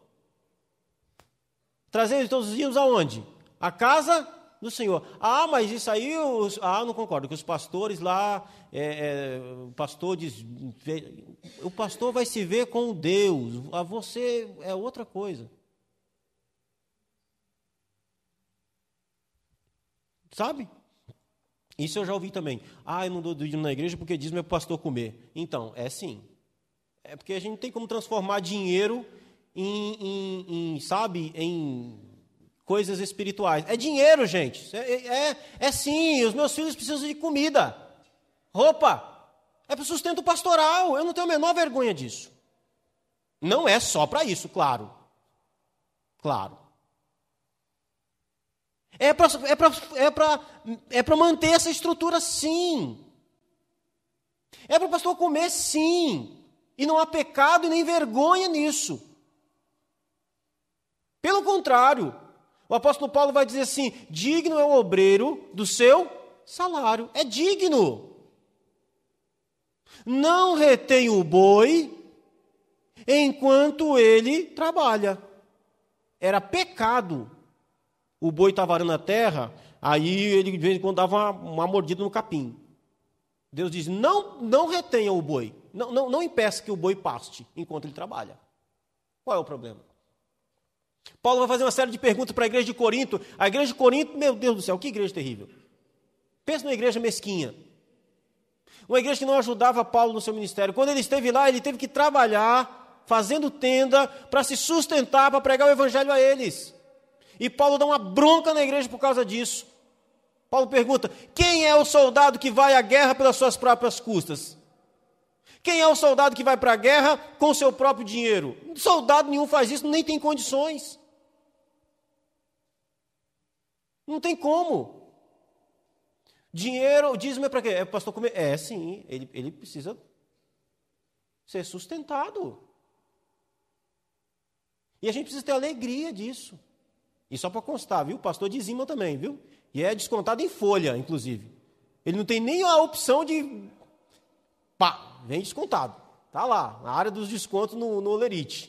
Trazei todos os dias aonde? A casa do Senhor. Mas isso aí, não concordo, que os pastores lá, o pastor diz, o pastor vai se ver com Deus, a você é outra coisa. Sabe? Isso eu já ouvi também. Eu não dou dízimo na igreja porque diz meu pastor comer. Então, é sim. É porque a gente não tem como transformar dinheiro em coisas espirituais. É dinheiro, gente. É sim, os meus filhos precisam de comida, roupa. É para o sustento pastoral. Eu não tenho a menor vergonha disso. Não é só para isso, claro. Claro. É para manter essa estrutura, sim. É para o pastor comer, sim. E não há pecado e nem vergonha nisso. Pelo contrário, o apóstolo Paulo vai dizer assim, digno é o obreiro do seu salário. É digno. Não retém o boi enquanto ele trabalha. Era pecado. O boi estava arando a terra, aí ele de vez em quando dava uma mordida no capim. Deus diz, não retenha o boi, não impeça que o boi paste enquanto ele trabalha. Qual é o problema? Paulo vai fazer uma série de perguntas para a igreja de Corinto. A igreja de Corinto, meu Deus do céu, que igreja terrível. Pensa numa igreja mesquinha. Uma igreja que não ajudava Paulo no seu ministério. Quando ele esteve lá, ele teve que trabalhar, fazendo tenda, para se sustentar, para pregar o evangelho a eles. E Paulo dá uma bronca na igreja por causa disso. Paulo pergunta, quem é o soldado que vai à guerra pelas suas próprias custas? Quem é o soldado que vai para a guerra com o seu próprio dinheiro? Soldado nenhum faz isso, nem tem condições. Não tem como. Dinheiro, dízimo é para quê? É para o pastor comer? Sim, ele precisa ser sustentado. E a gente precisa ter alegria disso. E só para constar, viu? O pastor dizima também, viu? E é descontado em folha, inclusive. Ele não tem nem a opção de... vem descontado. Está lá, na área dos descontos no Olerite.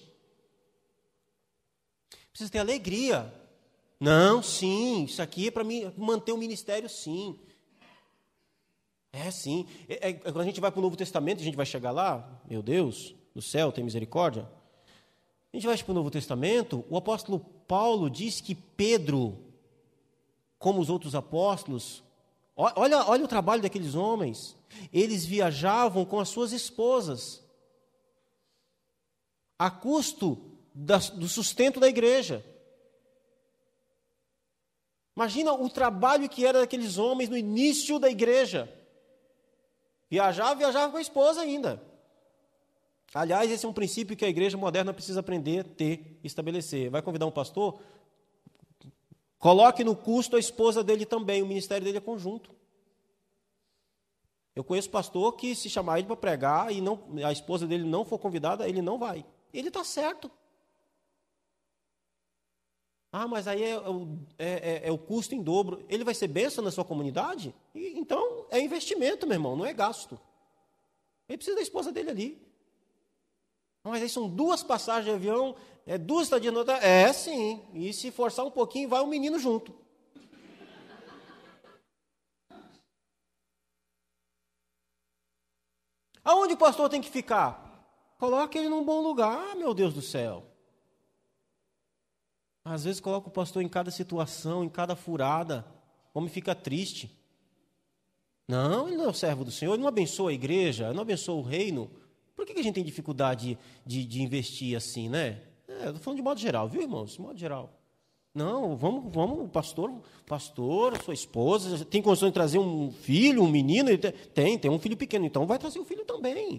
Precisa ter alegria. Não, sim, isso aqui é para mim manter o ministério, sim. Sim. Quando a gente vai para o Novo Testamento, a gente vai chegar lá, meu Deus, do céu, tem misericórdia. A gente vai para o Novo Testamento, o apóstolo Paulo diz que Pedro, como os outros apóstolos, olha o trabalho daqueles homens, eles viajavam com as suas esposas, a custo do sustento da igreja. Imagina o trabalho que era daqueles homens no início da igreja. Viajava com a esposa ainda. Aliás, esse é um princípio que a igreja moderna precisa aprender, estabelecer. Vai convidar um pastor? Coloque no custo a esposa dele também, o ministério dele é conjunto. Eu conheço pastor que se chamar ele para pregar e a esposa dele não for convidada, ele não vai. Ele está certo. Mas aí é o custo em dobro. Ele vai ser bênção na sua comunidade? Então, é investimento, meu irmão, não é gasto. Ele precisa da esposa dele ali. Mas aí são 2 passagens de avião, 2 estadias no hotel. Sim. E se forçar um pouquinho, vai um menino junto. Aonde o pastor tem que ficar? Coloque ele num bom lugar, meu Deus do céu. Às vezes coloca o pastor em cada situação, em cada furada. O homem fica triste. Não, ele não é o servo do Senhor, ele não abençoa a igreja, ele não abençoa o reino. Por que a gente tem dificuldade de investir assim, né? Estou falando de modo geral, viu, irmãos? De modo geral. Não, vamos, pastor, sua esposa, tem condições de trazer um filho, um menino? Tem um filho pequeno, então vai trazer o filho também.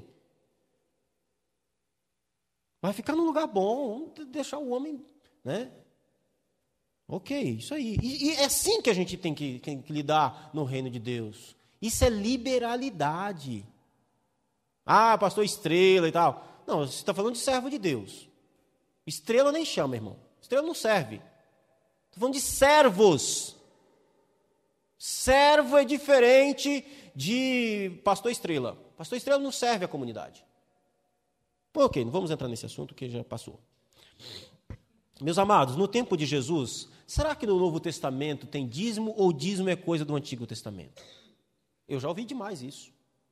Vai ficar num lugar bom, vamos deixar o homem, né? Ok, isso aí. E é assim que a gente tem que lidar no reino de Deus. Isso é liberalidade. Pastor estrela e tal. Não, você está falando de servo de Deus. Estrela nem chama, irmão. Estrela não serve. Estou falando de servos. Servo é diferente de pastor estrela. Pastor estrela não serve à comunidade. Bom, ok, não vamos entrar nesse assunto que já passou. Meus amados, no tempo de Jesus, será que no Novo Testamento tem dízimo ou dízimo é coisa do Antigo Testamento? Eu já ouvi demais isso.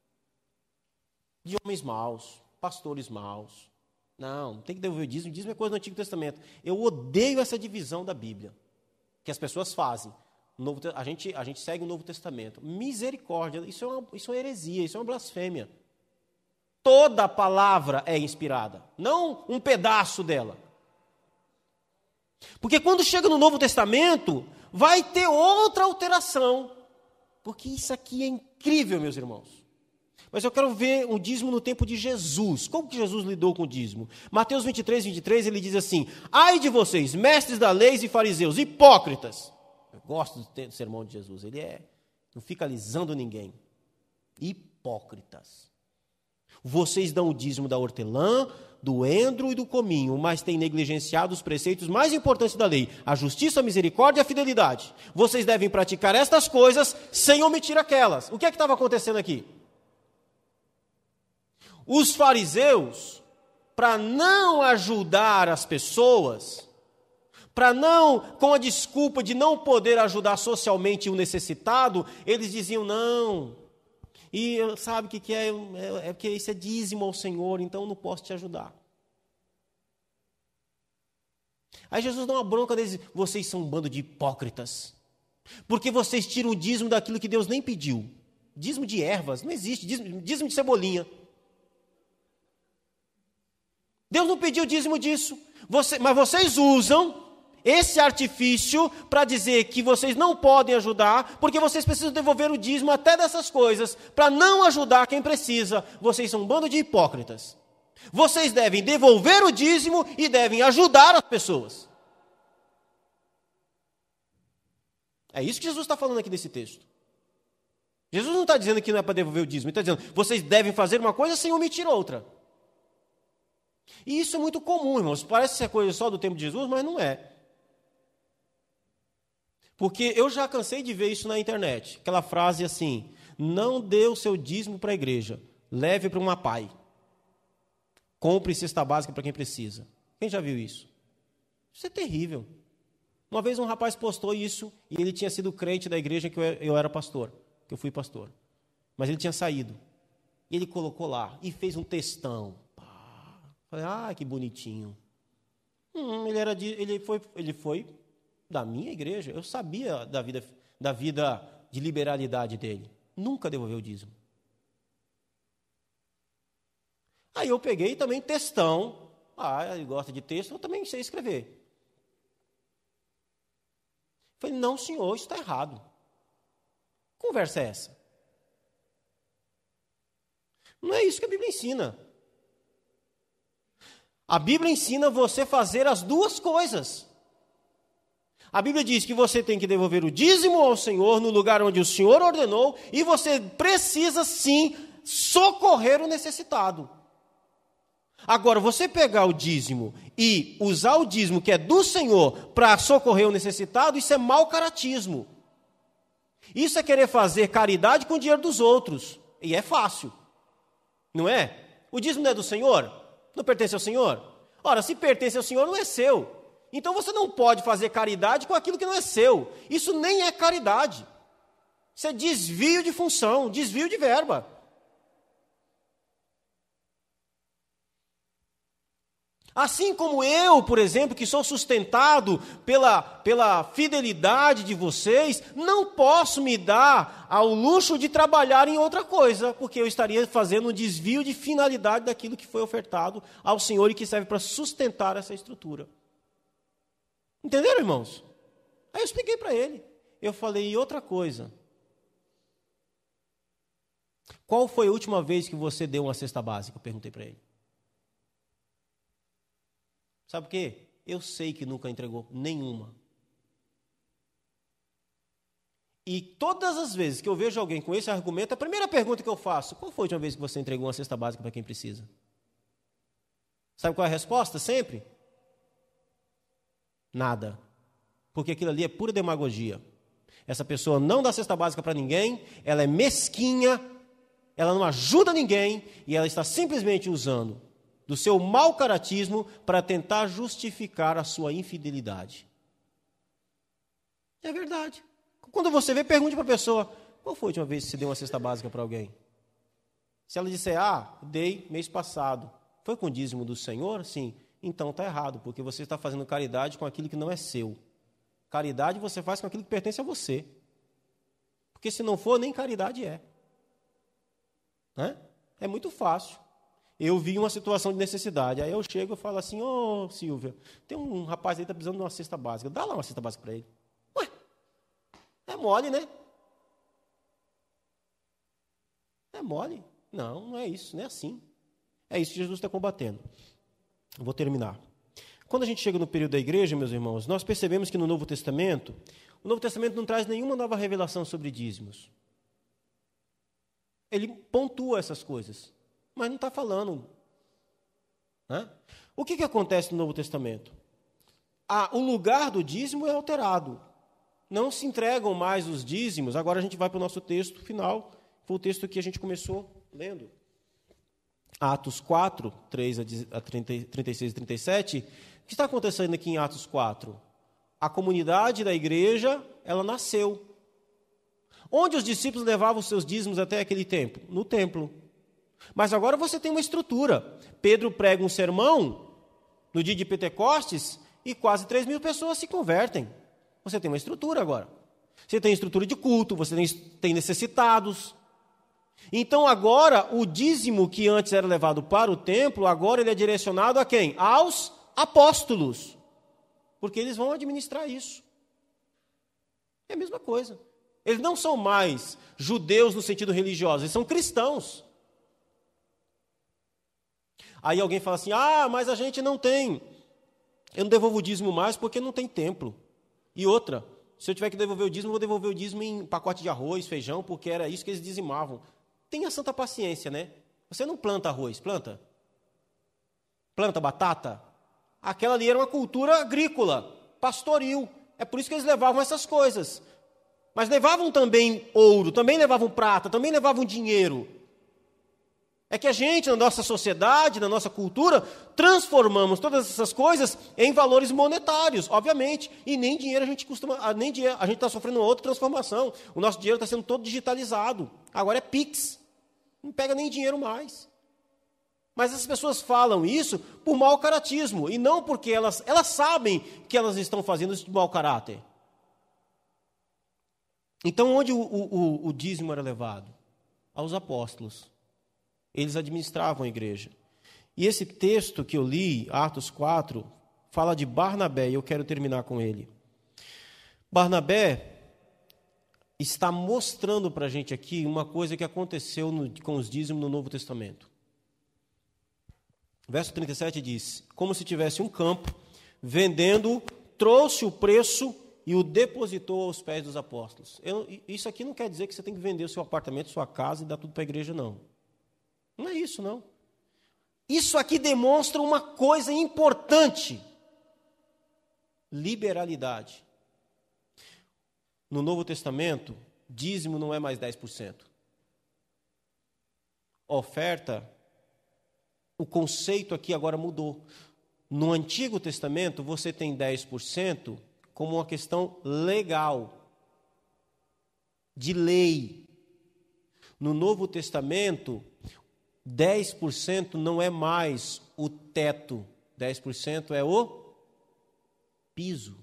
De homens maus, pastores maus. Não tem que devolver o dízimo. Dízimo é coisa do Antigo Testamento. Eu odeio essa divisão da Bíblia que as pessoas fazem. A gente segue o Novo Testamento. Misericórdia, isso é uma heresia, isso é uma blasfêmia. Toda a palavra é inspirada, não um pedaço dela. Porque quando chega no Novo Testamento, vai ter outra alteração. Porque isso aqui é incrível, meus irmãos. Mas eu quero ver o dízimo no tempo de Jesus. Como que Jesus lidou com o dízimo? Mateus 23, ele diz assim: ai de vocês, mestres da lei e fariseus, hipócritas. Eu gosto do sermão de Jesus, não fica alisando ninguém. Hipócritas. Vocês dão o dízimo da hortelã, do endro e do cominho, mas têm negligenciado os preceitos mais importantes da lei, a justiça, a misericórdia e a fidelidade. Vocês devem praticar estas coisas sem omitir aquelas. O que é que estava acontecendo aqui? Os fariseus, para não ajudar as pessoas, com a desculpa de não poder ajudar socialmente o necessitado, eles diziam não. E sabe o que é? É porque isso é dízimo ao Senhor, então eu não posso te ajudar. Aí Jesus dá uma bronca deles: vocês são um bando de hipócritas, porque vocês tiram o dízimo daquilo que Deus nem pediu. Dízimo de ervas, não existe, dízimo de cebolinha. Deus não pediu dízimo disso, mas vocês usam esse artifício para dizer que vocês não podem ajudar, porque vocês precisam devolver o dízimo até dessas coisas, para não ajudar quem precisa. Vocês são um bando de hipócritas. Vocês devem devolver o dízimo e devem ajudar as pessoas. É isso que Jesus está falando aqui nesse texto. Jesus não está dizendo que não é para devolver o dízimo, ele está dizendo: vocês devem fazer uma coisa sem omitir outra. E isso é muito comum, irmãos. Parece ser coisa só do tempo de Jesus, mas não é. Porque eu já cansei de ver isso na internet. Aquela frase assim: não dê o seu dízimo para a igreja, leve para uma PAI. Compre cesta básica para quem precisa. Quem já viu isso? Isso é terrível. Uma vez um rapaz postou isso, e ele tinha sido crente da igreja que eu era pastor, que eu fui pastor. Mas ele tinha saído. E ele colocou lá, e fez um textão. Falei, que bonitinho. Ele foi da minha igreja. Eu sabia da vida de liberalidade dele. Nunca devolveu o dízimo. Aí eu peguei também textão. Ele gosta de texto, eu também sei escrever. Falei, não, senhor, isso está errado. Que conversa é essa? Não é isso que a Bíblia ensina. A Bíblia ensina você fazer as duas coisas. A Bíblia diz que você tem que devolver o dízimo ao Senhor no lugar onde o Senhor ordenou, e você precisa sim socorrer o necessitado. Agora, você pegar o dízimo e usar o dízimo que é do Senhor para socorrer o necessitado, isso é mau caratismo. Isso é querer fazer caridade com o dinheiro dos outros. E é fácil, não é? O dízimo não é do Senhor? Não pertence ao Senhor? Ora, se pertence ao Senhor, não é seu. Então você não pode fazer caridade com aquilo que não é seu. Isso nem é caridade. Isso é desvio de função, desvio de verba. Assim como eu, por exemplo, que sou sustentado pela fidelidade de vocês, não posso me dar ao luxo de trabalhar em outra coisa, porque eu estaria fazendo um desvio de finalidade daquilo que foi ofertado ao Senhor e que serve para sustentar essa estrutura. Entenderam, irmãos? Aí eu expliquei para ele. Eu falei, e outra coisa. Qual foi a última vez que você deu uma cesta básica? Eu perguntei para ele. Sabe por quê? Eu sei que nunca entregou nenhuma. E todas as vezes que eu vejo alguém com esse argumento, a primeira pergunta que eu faço: qual foi a última vez que você entregou uma cesta básica para quem precisa? Sabe qual é a resposta? Sempre? Nada. Porque aquilo ali é pura demagogia. Essa pessoa não dá cesta básica para ninguém, ela é mesquinha, ela não ajuda ninguém e ela está simplesmente usando do seu mau caratismo para tentar justificar a sua infidelidade. É verdade. Quando você vê, pergunte para a pessoa, qual foi a última vez que você deu uma cesta básica para alguém? Se ela disser, dei mês passado, foi com o dízimo do Senhor? Sim. Então está errado, porque você está fazendo caridade com aquilo que não é seu. Caridade você faz com aquilo que pertence a você. Porque se não for, nem caridade é. Né? É muito fácil. Eu vi uma situação de necessidade, aí eu chego e falo assim, Silvia, tem um rapaz aí que está precisando de uma cesta básica, dá lá uma cesta básica para ele. Ué, é mole, né? É mole? Não, não é isso, não é assim. É isso que Jesus está combatendo. Eu vou terminar. Quando a gente chega no período da igreja, meus irmãos, nós percebemos que no Novo Testamento, o Novo Testamento não traz nenhuma nova revelação sobre dízimos. Ele pontua essas coisas, mas não está falando. Né? O que acontece no Novo Testamento? O lugar do dízimo é alterado. Não se entregam mais os dízimos. Agora a gente vai para o nosso texto final, foi o texto que a gente começou lendo. Atos 4, 3 a 36 e 37. O que está acontecendo aqui em Atos 4? A comunidade da igreja, ela nasceu. Onde os discípulos levavam os seus dízimos até aquele tempo? No templo. Mas agora você tem uma estrutura. Pedro prega um sermão no dia de Pentecostes e quase 3.000 pessoas se convertem. Você tem uma estrutura agora. Você tem estrutura de culto, você tem necessitados. Então agora o dízimo que antes era levado para o templo, agora ele é direcionado a quem? Aos apóstolos. Porque eles vão administrar isso. É a mesma coisa. Eles não são mais judeus no sentido religioso, eles são cristãos. Aí alguém fala assim, mas a gente não tem. Eu não devolvo o dízimo mais porque não tem templo. E outra, se eu tiver que devolver o dízimo, eu vou devolver o dízimo em pacote de arroz, feijão, porque era isso que eles dizimavam. Tenha santa paciência, né? Você não planta arroz, planta? Planta batata? Aquela ali era uma cultura agrícola, pastoril. É por isso que eles levavam essas coisas. Mas levavam também ouro, também levavam prata, também levavam dinheiro. É que a gente, na nossa sociedade, na nossa cultura, transformamos todas essas coisas em valores monetários, obviamente. E nem dinheiro a gente costuma, a gente está sofrendo outra transformação. O nosso dinheiro está sendo todo digitalizado. Agora é Pix. Não pega nem dinheiro mais. Mas as pessoas falam isso por mau caratismo, e não porque elas sabem que elas estão fazendo isso de mau caráter. Então, onde o dízimo era levado? Aos apóstolos. Eles administravam a igreja. E esse texto que eu li, Atos 4, fala de Barnabé, e eu quero terminar com ele. Barnabé está mostrando para a gente aqui uma coisa que aconteceu com os dízimos no Novo Testamento. Verso 37 diz, como se tivesse um campo, vendendo, trouxe o preço e o depositou aos pés dos apóstolos. Isso aqui não quer dizer que você tem que vender o seu apartamento, sua casa e dar tudo para a igreja, não. Não é isso, não. Isso aqui demonstra uma coisa importante. Liberalidade. No Novo Testamento, dízimo não é mais 10%. Oferta, o conceito aqui agora mudou. No Antigo Testamento, você tem 10% como uma questão legal, de lei. No Novo Testamento, 10% não é mais o teto, 10% é o piso.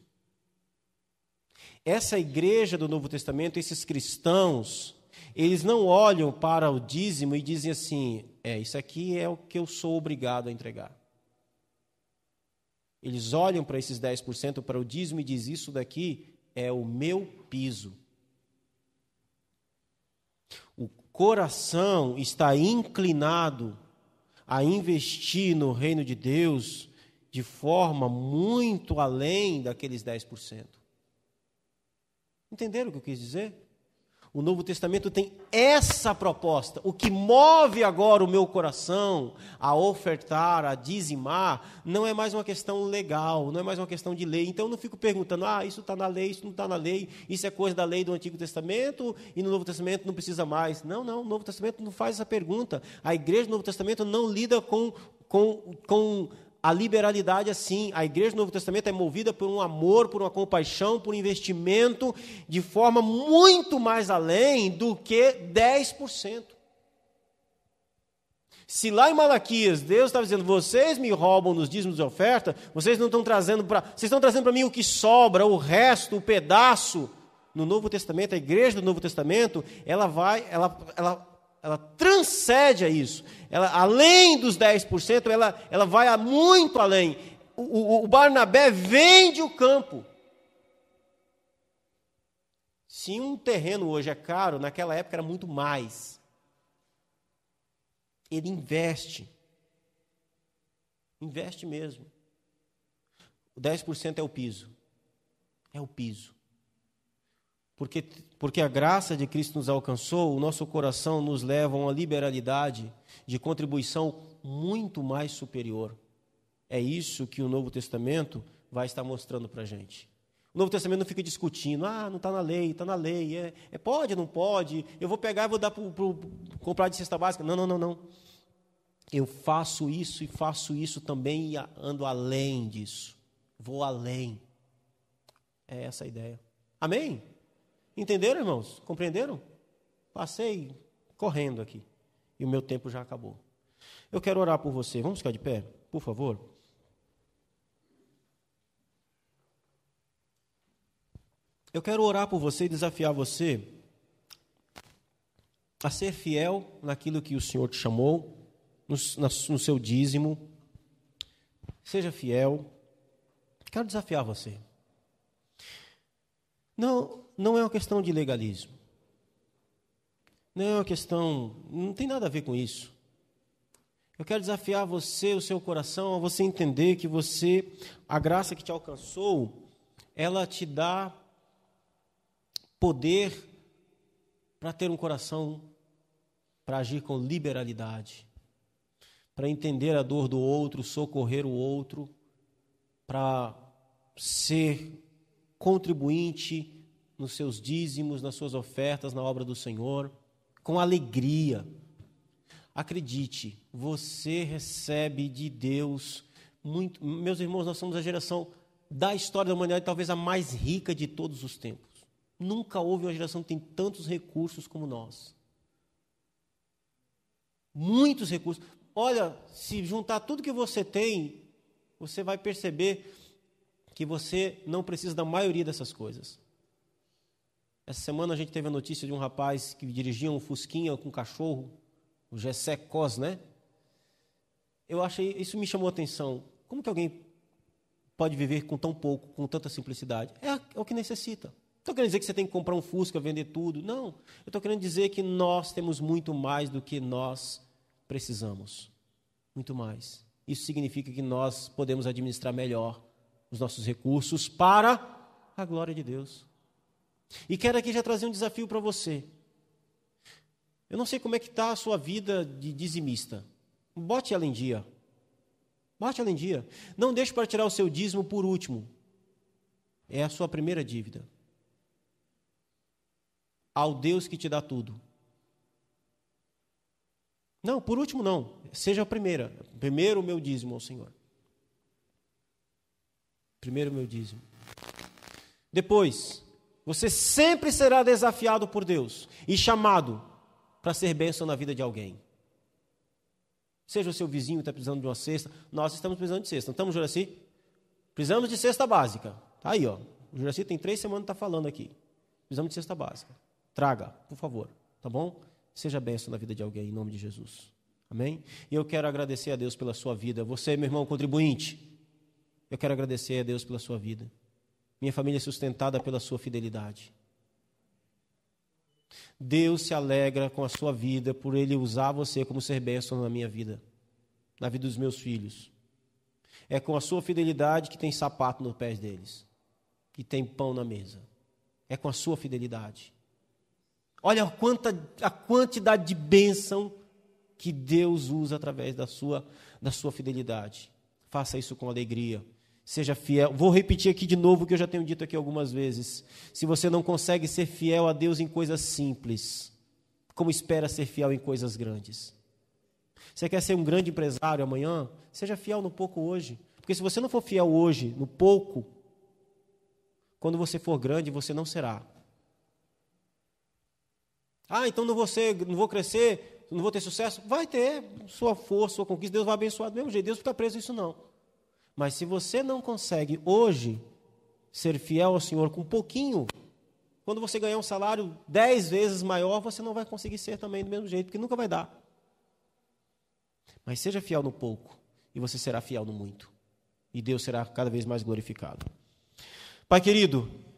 Essa igreja do Novo Testamento, esses cristãos, eles não olham para o dízimo e dizem assim, isso aqui é o que eu sou obrigado a entregar. Eles olham para esses 10%, para o dízimo e dizem, isso daqui é o meu piso. O coração está inclinado a investir no reino de Deus de forma muito além daqueles 10%. Entenderam o que eu quis dizer? O Novo Testamento tem essa proposta. O que move agora o meu coração a ofertar, a dizimar, não é mais uma questão legal, não é mais uma questão de lei. Então eu não fico perguntando, isso está na lei, isso não está na lei, isso é coisa da lei do Antigo Testamento e no Novo Testamento não precisa mais. Não, o Novo Testamento não faz essa pergunta. A igreja do Novo Testamento não lida com a liberalidade assim. A igreja do Novo Testamento é movida por um amor, por uma compaixão, por um investimento de forma muito mais além do que 10%. Se lá em Malaquias Deus estava dizendo, vocês me roubam nos dízimos de oferta, vocês não estão trazendo para... Vocês estão trazendo para mim o que sobra, o resto, o pedaço. No Novo Testamento, a igreja do Novo Testamento, ela transcende a isso. Ela, além dos 10%, ela vai muito além. O Barnabé vende o campo. Se um terreno hoje é caro, naquela época era muito mais. Ele investe. Investe mesmo. O 10% é o piso. É o piso. Porque a graça de Cristo nos alcançou, o nosso coração nos leva a uma liberalidade de contribuição muito mais superior. É isso que o Novo Testamento vai estar mostrando para a gente. O Novo Testamento não fica discutindo, não está na lei, está na lei, pode, não pode, eu vou pegar e vou dar para comprar de cesta básica. Não. Eu faço isso e faço isso também e ando além disso. Vou além. É essa a ideia. Amém? Entenderam, irmãos? Compreenderam? Passei correndo aqui. E o meu tempo já acabou. Eu quero orar por você. Vamos ficar de pé, por favor? Eu quero orar por você e desafiar você a ser fiel naquilo que o Senhor te chamou, no seu dízimo. Seja fiel. Quero desafiar você. Não é uma questão de legalismo. Não é uma questão... Não tem nada a ver com isso. Eu quero desafiar você, o seu coração, a você entender que a graça que te alcançou, ela te dá poder para ter um coração, para agir com liberalidade, para entender a dor do outro, socorrer o outro, para ser contribuinte nos seus dízimos, nas suas ofertas, na obra do Senhor, com alegria. Acredite, você recebe de Deus muito. Meus irmãos, nós somos a geração da história da humanidade, talvez a mais rica de todos os tempos. Nunca houve uma geração que tem tantos recursos como nós. Muitos recursos. Olha, se juntar tudo que você tem, você vai perceber que você não precisa da maioria dessas coisas. Essa semana a gente teve a notícia de um rapaz que dirigia um fusquinha com um cachorro, o Gessé Cos, né? Isso me chamou a atenção. Como que alguém pode viver com tão pouco, com tanta simplicidade? É o que necessita. Não estou querendo dizer que você tem que comprar um Fusca, vender tudo. Não. Eu estou querendo dizer que nós temos muito mais do que nós precisamos. Muito mais. Isso significa que nós podemos administrar melhor os nossos recursos para a glória de Deus. E quero aqui já trazer um desafio para você. Eu não sei como é que está a sua vida de dizimista. Bote ela em dia. Bote ela em dia. Não deixe para tirar o seu dízimo por último. É a sua primeira dívida. Ao Deus que te dá tudo. Não, por último não. Seja a primeira. Primeiro o meu dízimo ao Senhor. Primeiro o meu dízimo. Depois, você sempre será desafiado por Deus e chamado para ser bênção na vida de alguém. Seja o seu vizinho que está precisando de uma cesta. Nós estamos precisando de cesta. Não estamos, Juraci? Precisamos de cesta básica. Está aí, ó. O Juraci tem 3 semanas que está falando aqui. Precisamos de cesta básica. Traga, por favor. Tá bom? Seja bênção na vida de alguém, em nome de Jesus. Amém? E eu quero agradecer a Deus pela sua vida. Você, meu irmão contribuinte, eu quero agradecer a Deus pela sua vida. Minha família é sustentada pela sua fidelidade. Deus se alegra com a sua vida por Ele usar você como ser bênção na minha vida, na vida dos meus filhos. É com a sua fidelidade que tem sapato nos pés deles, que tem pão na mesa. É com a sua fidelidade. Olha a quantidade de bênção que Deus usa através da sua fidelidade. Faça isso com alegria. Seja fiel. Vou repetir aqui de novo o que eu já tenho dito aqui algumas vezes. Se você não consegue ser fiel a Deus em coisas simples, como espera ser fiel em coisas grandes? Você quer ser um grande empresário amanhã? Seja fiel no pouco hoje. Porque se você não for fiel hoje, no pouco, quando você for grande, você não será. Então não vou crescer, não vou ter sucesso. Vai ter sua força, sua conquista, Deus vai abençoar do mesmo jeito. Deus não fica preso a isso não. Mas se você não consegue hoje ser fiel ao Senhor com um pouquinho, quando você ganhar um salário 10 vezes maior, você não vai conseguir ser também do mesmo jeito, porque nunca vai dar. Mas seja fiel no pouco, e você será fiel no muito. E Deus será cada vez mais glorificado. Pai querido,